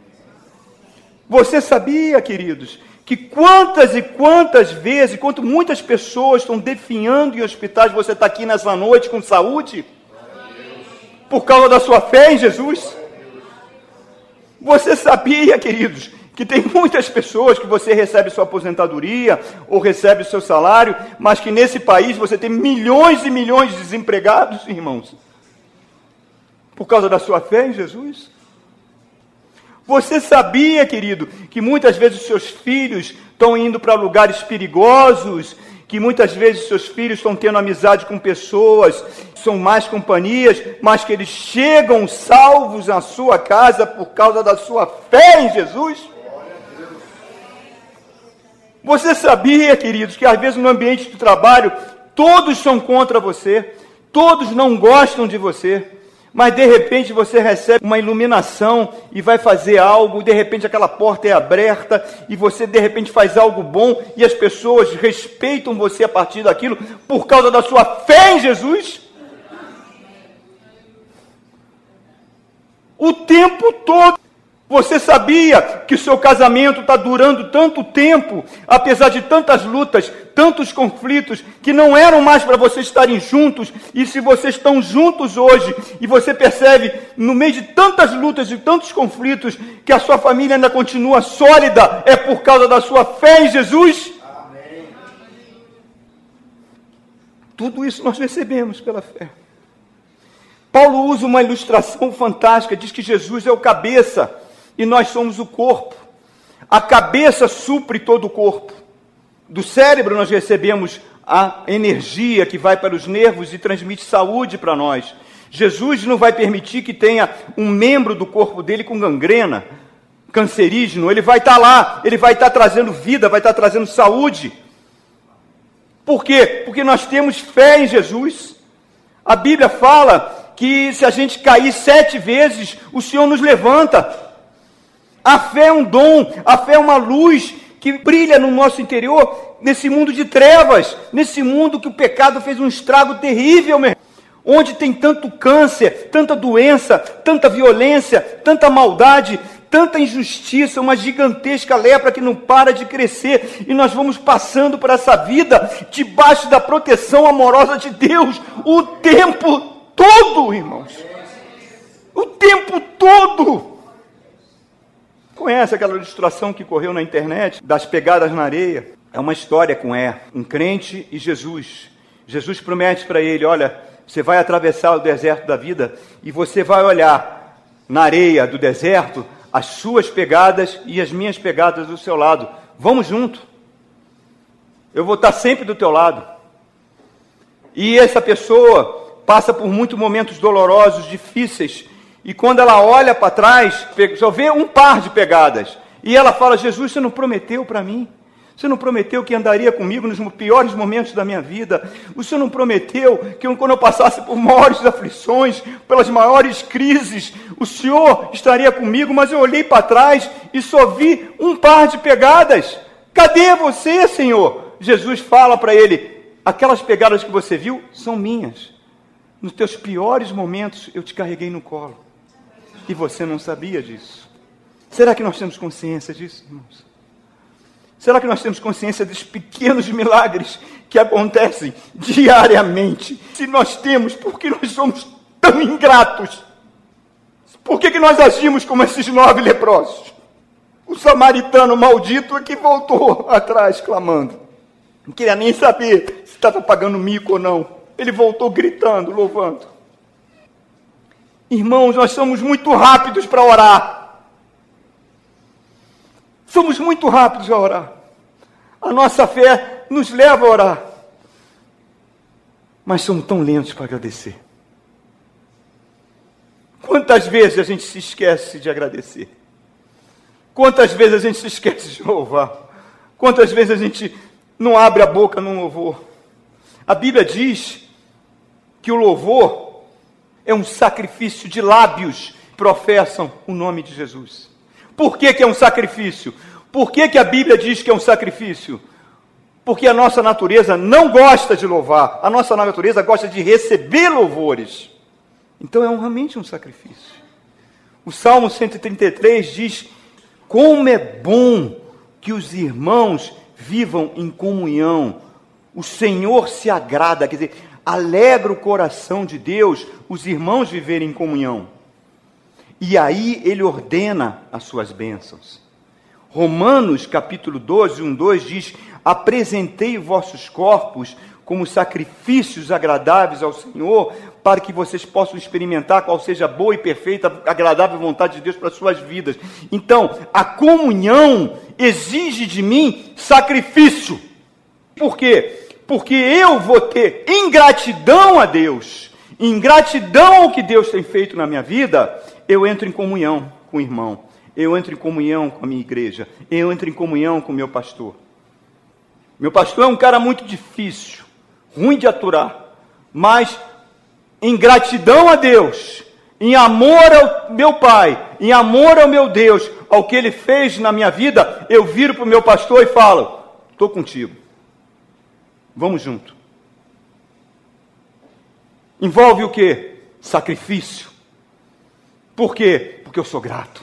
[SPEAKER 1] Você sabia, queridos, que quantas e quantas vezes, quanto muitas pessoas estão definhando em hospitais, você está aqui nessa noite com saúde? Por causa da sua fé em Jesus? Você sabia, queridos, que tem muitas pessoas que você recebe sua aposentadoria ou recebe o seu salário, mas que nesse país você tem milhões e milhões de desempregados, irmãos? Por causa da sua fé em Jesus? Você sabia, querido, que muitas vezes os seus filhos estão indo para lugares perigosos, que muitas vezes os seus filhos estão tendo amizade com pessoas, são más companhias, mas que eles chegam salvos à sua casa por causa da sua fé em Jesus? Você sabia, queridos, que às vezes no ambiente de trabalho, todos são contra você, todos não gostam de você, mas de repente você recebe uma iluminação e vai fazer algo, de repente aquela porta é aberta e você de repente faz algo bom e as pessoas respeitam você a partir daquilo por causa da sua fé em Jesus? O tempo todo. Você sabia que o seu casamento está durando tanto tempo, apesar de tantas lutas, tantos conflitos, que não eram mais para vocês estarem juntos, e se vocês estão juntos hoje, e você percebe, no meio de tantas lutas e tantos conflitos, que a sua família ainda continua sólida, é por causa da sua fé em Jesus? Amém. Tudo isso nós recebemos pela fé. Paulo usa uma ilustração fantástica, diz que Jesus é o cabeça, e nós somos o corpo. A cabeça supre todo o corpo. Do cérebro nós recebemos a energia que vai para os nervos e transmite saúde para nós. Jesus não vai permitir que tenha um membro do corpo dele com gangrena, cancerígeno. Ele vai estar lá, ele vai estar trazendo vida, vai estar trazendo saúde. Por quê? Porque nós temos fé em Jesus. A Bíblia fala que se a gente cair 7 vezes, o Senhor nos levanta. A fé é um dom, a fé é uma luz que brilha no nosso interior, nesse mundo de trevas, nesse mundo que o pecado fez um estrago terrível, meu irmão. onde tem tanto câncer, tanta doença, tanta violência, tanta maldade, tanta injustiça, uma gigantesca lepra que não para de crescer, e nós vamos passando por essa vida debaixo da proteção amorosa de Deus o tempo todo, irmãos. O tempo todo. Conhece aquela ilustração que correu na internet das pegadas na areia? É uma história com um crente e Jesus. Jesus promete para ele: olha, você vai atravessar o deserto da vida e você vai olhar na areia do deserto as suas pegadas e as minhas pegadas do seu lado. Vamos junto. Eu vou estar sempre do teu lado. E essa pessoa passa por muitos momentos dolorosos, difíceis, e quando ela olha para trás, só vê um par de pegadas. E ela fala: Jesus, você não prometeu para mim? Você não prometeu que andaria comigo nos piores momentos da minha vida? O Senhor não prometeu que quando eu passasse por maiores aflições, pelas maiores crises, o Senhor estaria comigo? Mas eu olhei para trás e só vi um par de pegadas. Cadê você, Senhor? Jesus fala para ele: aquelas pegadas que você viu são minhas. Nos teus piores momentos eu te carreguei no colo. E você não sabia disso. Será que nós temos consciência disso, irmãos? Será que nós temos consciência dos pequenos milagres que acontecem diariamente? Se nós temos, por que nós somos tão ingratos? Por que nós agimos como esses 9 leprosos? O samaritano maldito é que voltou atrás clamando. Não queria nem saber se estava pagando mico ou não. Ele voltou gritando, louvando. Irmãos, nós somos muito rápidos para orar. Somos muito rápidos a orar. A nossa fé nos leva a orar. Mas somos tão lentos para agradecer. Quantas vezes a gente se esquece de agradecer? Quantas vezes a gente se esquece de louvar? Quantas vezes a gente não abre a boca num louvor? A Bíblia diz que o louvor é um sacrifício de lábios que professam o nome de Jesus. Por que é um sacrifício? Por que a Bíblia diz que é um sacrifício? Porque a nossa natureza não gosta de louvar. A nossa natureza gosta de receber louvores. Então é realmente um sacrifício. O Salmo 133 diz: como é bom que os irmãos vivam em comunhão. O Senhor se agrada, quer dizer, alegra o coração de Deus os irmãos viverem em comunhão. E aí ele ordena as suas bênçãos. Romanos capítulo 12, 1-2 diz: apresentei vossos corpos como sacrifícios agradáveis ao Senhor, para que vocês possam experimentar qual seja a boa e perfeita, agradável vontade de Deus para as suas vidas. Então, a comunhão exige de mim sacrifício. Por quê? Porque eu vou ter ingratidão a Deus, ingratidão ao que Deus tem feito na minha vida. Eu entro em comunhão com o irmão, eu entro em comunhão com a minha igreja, eu entro em comunhão com o meu pastor. Meu pastor é um cara muito difícil, ruim de aturar, mas em gratidão a Deus, em amor ao meu Pai, em amor ao meu Deus, ao que Ele fez na minha vida, eu viro para o meu pastor e falo: estou contigo, vamos junto. Envolve o quê? Sacrifício. Por quê? Porque eu sou grato.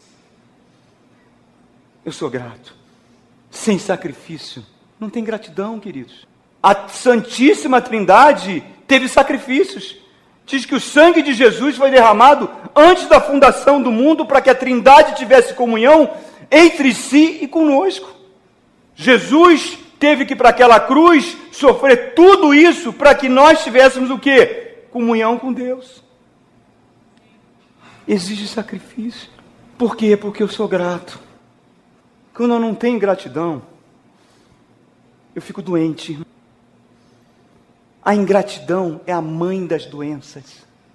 [SPEAKER 1] Eu sou grato. Sem sacrifício não tem gratidão, queridos. A Santíssima Trindade teve sacrifícios. Diz que o sangue de Jesus foi derramado antes da fundação do mundo para que a Trindade tivesse comunhão entre si e conosco. Jesus teve que ir para aquela cruz sofrer tudo isso para que nós tivéssemos o quê? Comunhão com Deus. Exige sacrifício. Por quê? Porque eu sou grato. Quando eu não tenho gratidão, eu fico doente. A ingratidão é a mãe das doenças.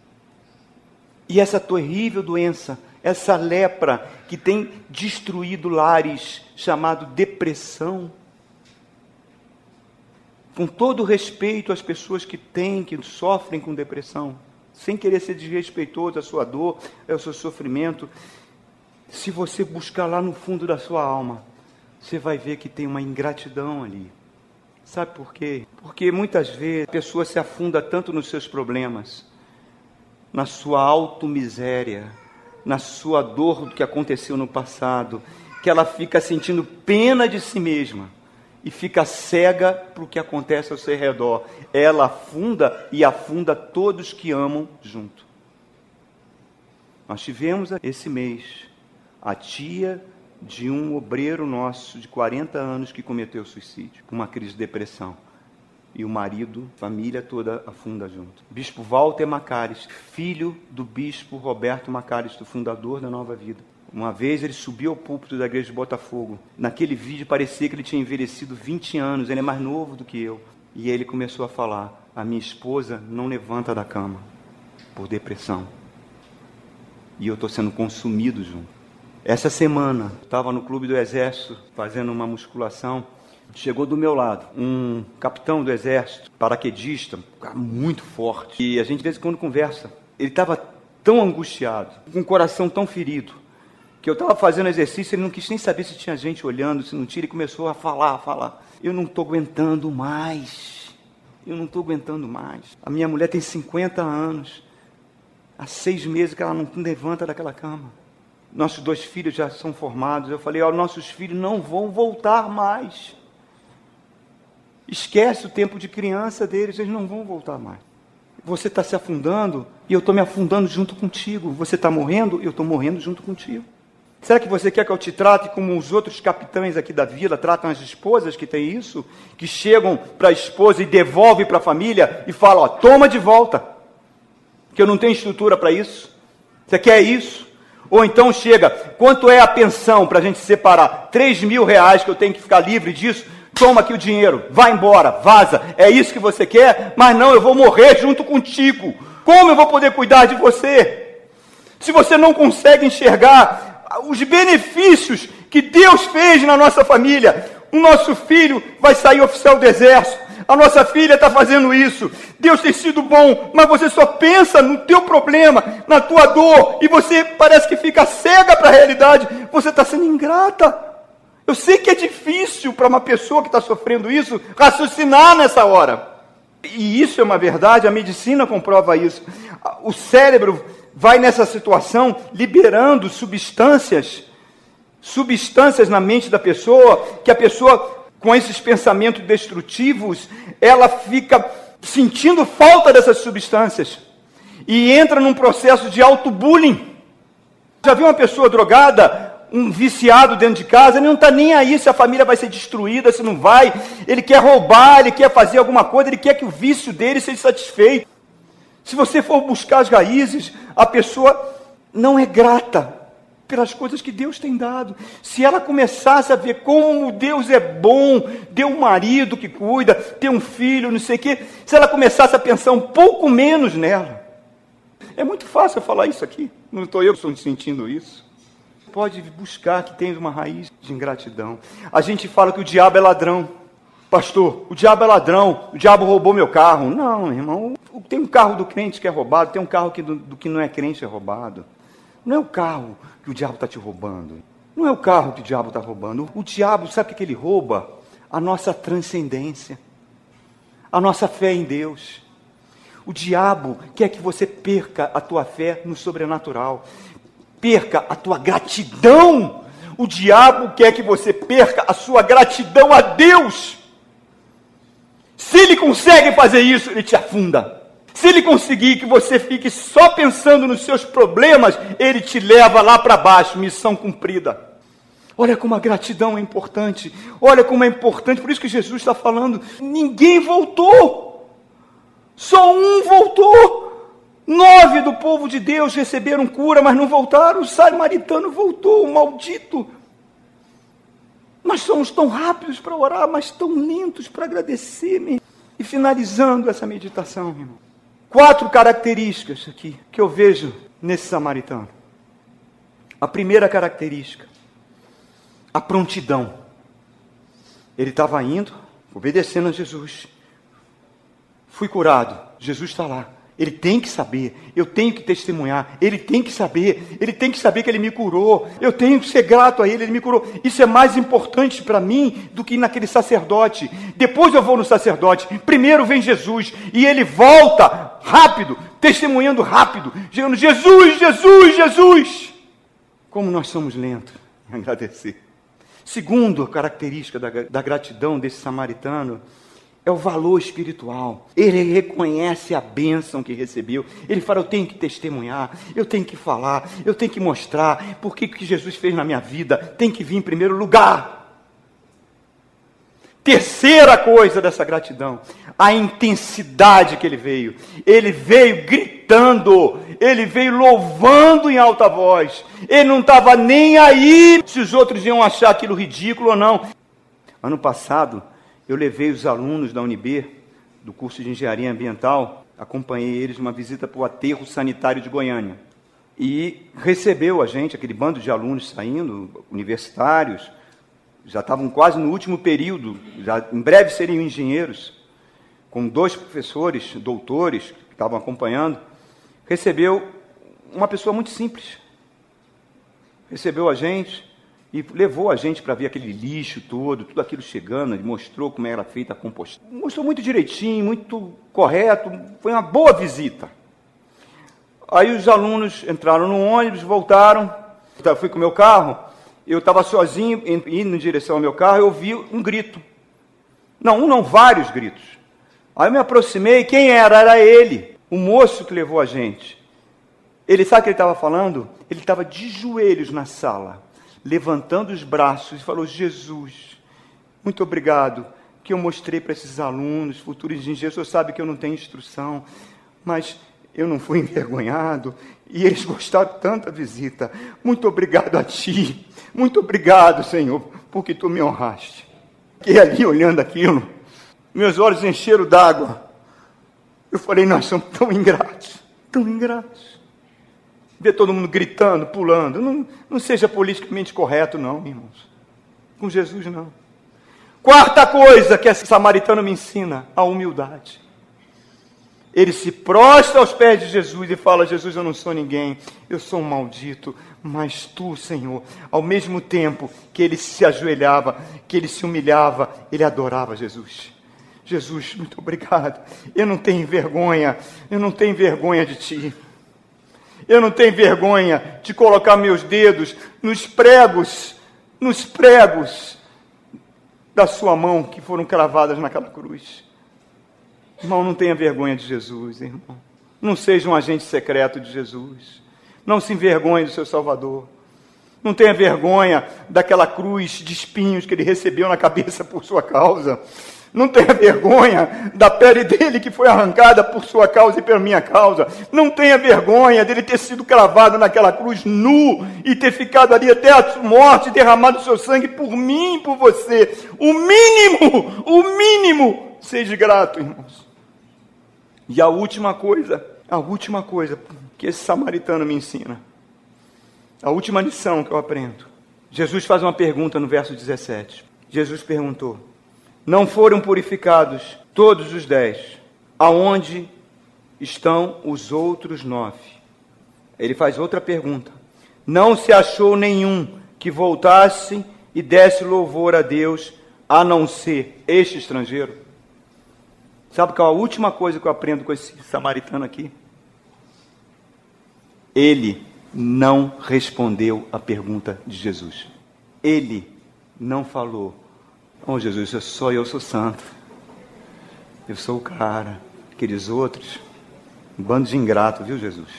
[SPEAKER 1] E essa terrível doença, essa lepra que tem destruído lares, chamado depressão. Com todo respeito às pessoas que sofrem com depressão, sem querer ser desrespeitoso à sua dor, ao seu sofrimento, se você buscar lá no fundo da sua alma, você vai ver que tem uma ingratidão ali. Sabe por quê? Porque muitas vezes a pessoa se afunda tanto nos seus problemas, na sua automiséria, na sua dor do que aconteceu no passado, que ela fica sentindo pena de si mesma e fica cega para o que acontece ao seu redor. Ela afunda e afunda todos que amam junto. Nós tivemos esse mês a tia de um obreiro nosso de 40 anos que cometeu suicídio, uma crise de depressão. E o marido, família toda afunda junto. Bispo Walter Macaristo, filho do bispo Roberto Macaristo, fundador da Nova Vida. Uma vez ele subiu ao púlpito da igreja de Botafogo. Naquele vídeo parecia que ele tinha envelhecido 20 anos, ele é mais novo do que eu. E ele começou a falar: a minha esposa não levanta da cama por depressão. E eu estou sendo consumido junto. Essa semana, estava no Clube do Exército, fazendo uma musculação. Chegou do meu lado um capitão do Exército, paraquedista, um cara muito forte. E a gente de vez em quando conversa. Ele estava tão angustiado, com o coração tão ferido, que eu estava fazendo exercício, ele não quis nem saber se tinha gente olhando, se não tinha, ele começou a falar. Eu não estou aguentando mais. A minha mulher tem 50 anos. Há 6 meses que ela não levanta daquela cama. Nossos 2 filhos já são formados. Eu falei: nossos filhos não vão voltar mais. Esquece o tempo de criança deles, eles não vão voltar mais. Você está se afundando e eu estou me afundando junto contigo. Você está morrendo e eu estou morrendo junto contigo. Será que você quer que eu te trate como os outros capitães aqui da vila tratam as esposas que têm isso? Que chegam para a esposa e devolvem para a família e falam: toma de volta, que eu não tenho estrutura para isso. Você quer isso? Ou então chega: quanto é a pensão para a gente separar? 3 mil reais, que eu tenho que ficar livre disso. Toma aqui o dinheiro, vai embora, vaza. É isso que você quer? Mas não, eu vou morrer junto contigo. Como eu vou poder cuidar de você? Se você não consegue enxergar os benefícios que Deus fez na nossa família. O nosso filho vai sair oficial do exército. A nossa filha está fazendo isso. Deus tem sido bom, mas você só pensa no teu problema, na tua dor, e você parece que fica cega para a realidade. Você está sendo ingrata. Eu sei que é difícil para uma pessoa que está sofrendo isso raciocinar nessa hora. E isso é uma verdade, a medicina comprova isso. O cérebro vai nessa situação liberando substâncias na mente da pessoa, que a pessoa, com esses pensamentos destrutivos, ela fica sentindo falta dessas substâncias e entra num processo de auto-bullying. Já viu uma pessoa drogada, um viciado dentro de casa? Ele não está nem aí se a família vai ser destruída, se não vai. Ele quer roubar, ele quer fazer alguma coisa, ele quer que o vício dele seja satisfeito. Se você for buscar as raízes, a pessoa não é grata pelas coisas que Deus tem dado. Se ela começasse a ver como Deus é bom, deu um marido que cuida, tem um filho, não sei o quê, se ela começasse a pensar um pouco menos nela. É muito fácil eu falar isso aqui, não estou eu que estou sentindo isso. Pode buscar que tem uma raiz de ingratidão. A gente fala que o diabo é ladrão. Pastor, o diabo é ladrão, o diabo roubou meu carro. Não, irmão, tem um carro do crente que é roubado, tem um carro do que não é crente é roubado. Não é o carro que o diabo está te roubando. Não é o carro que o diabo está roubando. O diabo, sabe o que ele rouba? A nossa transcendência, a nossa fé em Deus. O diabo quer que você perca a tua fé no sobrenatural, perca a tua gratidão. O diabo quer que você perca a sua gratidão a Deus. Se ele consegue fazer isso, ele te afunda. Se ele conseguir que você fique só pensando nos seus problemas, ele te leva lá para baixo. Missão cumprida. Olha como a gratidão é importante. Olha como é importante. Por isso que Jesus está falando: ninguém voltou. Só um voltou. 9 do povo de Deus receberam cura, mas não voltaram. O samaritano voltou, o maldito. Nós somos tão rápidos para orar, mas tão lentos para agradecer. E finalizando essa meditação, irmão, 4 características aqui que eu vejo nesse samaritano. A primeira característica: a prontidão. Ele estava indo, obedecendo a Jesus. Fui curado. Jesus está lá. Ele tem que saber, eu tenho que testemunhar, ele tem que saber que ele me curou, eu tenho que ser grato a ele me curou. Isso é mais importante para mim do que ir naquele sacerdote. Depois eu vou no sacerdote, primeiro vem Jesus, e ele volta rápido, testemunhando rápido, dizendo: Jesus, Jesus, Jesus. Como nós somos lentos em agradecer. Segundo, a característica da gratidão desse samaritano é o valor espiritual. Ele reconhece a bênção que recebeu. Ele fala: eu tenho que testemunhar, eu tenho que falar, eu tenho que mostrar porque que Jesus fez na minha vida. Tem que vir em primeiro lugar. Terceira coisa dessa gratidão, a intensidade que ele veio. Ele veio gritando, ele veio louvando em alta voz. Ele não estava nem aí se os outros iam achar aquilo ridículo ou não. Ano passado, eu levei os alunos da UNB, do curso de Engenharia Ambiental, acompanhei eles numa visita para o aterro sanitário de Goiânia. E recebeu a gente, aquele bando de alunos saindo, universitários, já estavam quase no último período, já em breve seriam engenheiros, com 2 professores, doutores, que estavam acompanhando. Recebeu uma pessoa muito simples. Recebeu a gente e levou a gente para ver aquele lixo todo, tudo aquilo chegando, ele mostrou como era feita a compostagem. Mostrou muito direitinho, muito correto, foi uma boa visita. Aí os alunos entraram no ônibus, voltaram, eu fui com o meu carro, eu estava sozinho, indo em direção ao meu carro, eu ouvi um grito. Não, vários gritos. Aí eu me aproximei, quem era? Era ele, o moço que levou a gente. Ele sabe o que ele estava falando? Ele estava de joelhos na sala, levantando os braços e falou: Jesus, muito obrigado que eu mostrei para esses alunos, futuros engenheiros. O senhor sabe que eu não tenho instrução, mas eu não fui envergonhado e eles gostaram tanto da visita. Muito obrigado a ti, muito obrigado, Senhor, porque tu me honraste. Fiquei ali olhando aquilo, meus olhos encheram d'água. Eu falei: nós somos tão ingratos, tão ingratos. Ver todo mundo gritando, pulando. Não seja politicamente correto, não, irmãos. Com Jesus, não. Quarta coisa que esse samaritano me ensina: a humildade. Ele se prostra aos pés de Jesus e fala: Jesus, eu não sou ninguém, eu sou um maldito, mas tu, Senhor, ao mesmo tempo que ele se ajoelhava, que ele se humilhava, ele adorava Jesus. Jesus, muito obrigado. Eu não tenho vergonha de ti. Eu não tenho vergonha de colocar meus dedos nos pregos da sua mão que foram cravadas naquela cruz. Irmão, não tenha vergonha de Jesus, irmão. Não seja um agente secreto de Jesus. Não se envergonhe do seu Salvador. Não tenha vergonha daquela cruz de espinhos que ele recebeu na cabeça por sua causa. Não tenha vergonha da pele dele que foi arrancada por sua causa e pela minha causa. Não tenha vergonha dele ter sido cravado naquela cruz nu e ter ficado ali até a morte, derramado seu sangue por mim e por você. O mínimo, seja grato, irmãos. E a última coisa que esse samaritano me ensina, a última lição que eu aprendo. Jesus faz uma pergunta no verso 17. Jesus perguntou: não foram purificados todos os 10? Aonde estão os outros 9? Ele faz outra pergunta. Não se achou nenhum que voltasse e desse louvor a Deus, a não ser este estrangeiro? Sabe qual é a última coisa que eu aprendo com esse samaritano aqui? Ele não respondeu a pergunta de Jesus. Ele não falou: oh, Jesus, eu sou santo. Eu sou o cara. Aqueles outros, um bando de ingrato, viu, Jesus?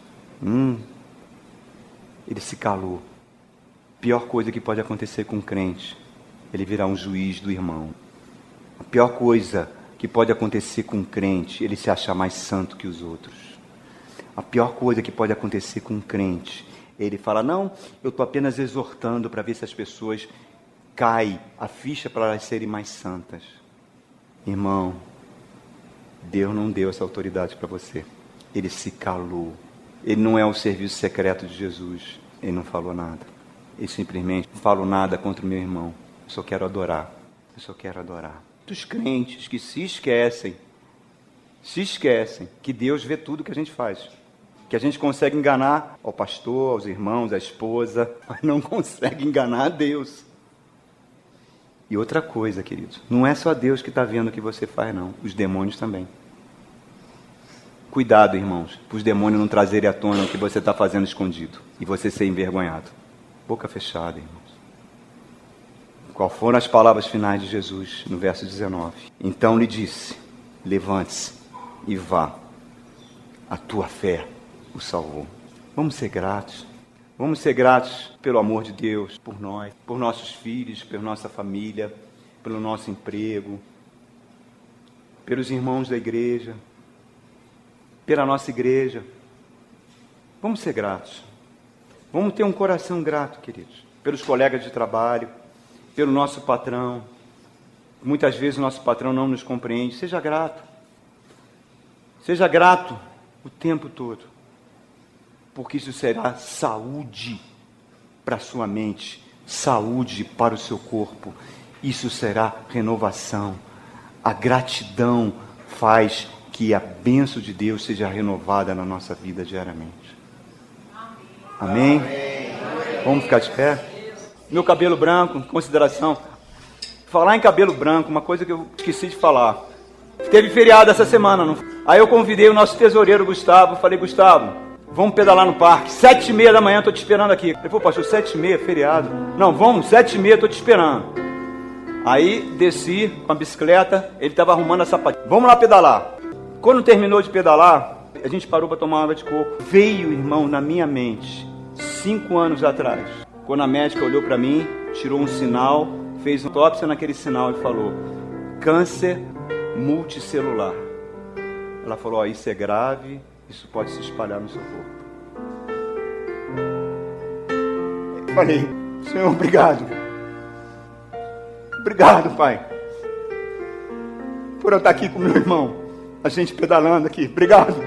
[SPEAKER 1] Ele se calou. Pior coisa que pode acontecer com um crente, ele virar um juiz do irmão. A pior coisa que pode acontecer com um crente, ele se achar mais santo que os outros. A pior coisa que pode acontecer com um crente, ele fala: não, eu estou apenas exortando para ver se as pessoas cai a ficha para elas serem mais santas. Irmão, Deus não deu essa autoridade para você. Ele se calou. Ele não é o serviço secreto de Jesus. Ele não falou nada. Ele simplesmente: não falo nada contra o meu irmão. Eu só quero adorar. Dos crentes que se esquecem se esquecem que Deus vê tudo que a gente faz. Que a gente consegue enganar ao pastor, aos irmãos, à esposa, mas não consegue enganar a Deus. E outra coisa, queridos, não é só Deus que está vendo o que você faz, não. Os demônios também. Cuidado, irmãos, para os demônios não trazerem à tona o que você está fazendo escondido e você ser envergonhado. Boca fechada, irmãos. Qual foram as palavras finais de Jesus no verso 19? Então lhe disse, levante-se e vá. A tua fé o salvou. Vamos ser gratos. Vamos ser gratos pelo amor de Deus, por nós, por nossos filhos, pela nossa família, pelo nosso emprego, pelos irmãos da igreja, pela nossa igreja. Vamos ser gratos. Vamos ter um coração grato, queridos, pelos colegas de trabalho, pelo nosso patrão. Muitas vezes o nosso patrão não nos compreende. Seja grato. Seja grato o tempo todo. Porque isso será saúde para a sua mente, saúde para o seu corpo. Isso será renovação. A gratidão faz que a bênção de Deus seja renovada na nossa vida diariamente. Amém? Vamos ficar de pé? Meu cabelo branco, consideração. Falar em cabelo branco, uma coisa que eu esqueci de falar. Teve feriado essa semana, não? Aí eu convidei o nosso tesoureiro Gustavo, falei, Gustavo, vamos pedalar no parque, 7h30 da manhã, estou te esperando aqui. Ele falou, pastor, 7h30, feriado. Não, vamos, 7h30, estou te esperando. Aí desci com a bicicleta, ele estava arrumando a sapatilha. Vamos lá pedalar. Quando terminou de pedalar, a gente parou para tomar água de coco. Veio, irmão, na minha mente, 5 anos atrás, quando a médica olhou para mim, tirou um sinal, fez uma autópsia naquele sinal e falou, câncer multicelular. Ela falou, ó, isso é grave, isso pode se espalhar no seu corpo. Eu falei, Senhor, obrigado. Obrigado, Pai, por eu estar aqui com meu irmão, a gente pedalando aqui. Obrigado.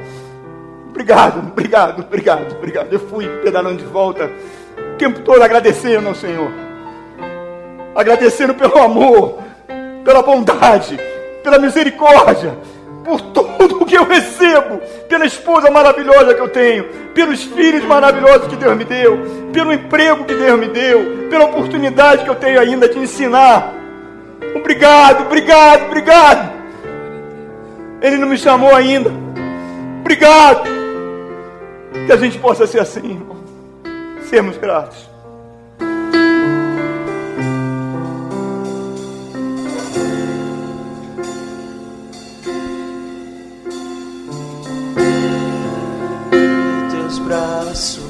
[SPEAKER 1] Obrigado. Eu fui pedalando de volta, o tempo todo agradecendo ao Senhor. Agradecendo pelo amor, pela bondade, pela misericórdia, por tudo o que eu recebo, pela esposa maravilhosa que eu tenho, pelos filhos maravilhosos que Deus me deu, pelo emprego que Deus me deu, pela oportunidade que eu tenho ainda de ensinar. Obrigado. Ele não me chamou ainda. Obrigado. Que a gente possa ser assim, irmão. Sermos gratos.
[SPEAKER 2] Teus braços.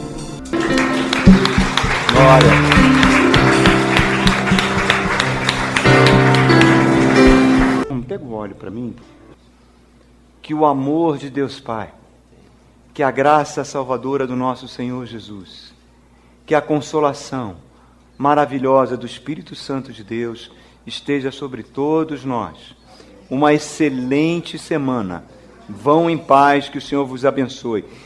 [SPEAKER 1] Glória. Pega o óleo para mim. Que o amor de Deus Pai, que a graça salvadora do nosso Senhor Jesus, que a consolação maravilhosa do Espírito Santo de Deus esteja sobre todos nós. Uma excelente semana. Vão em paz, que o Senhor vos abençoe.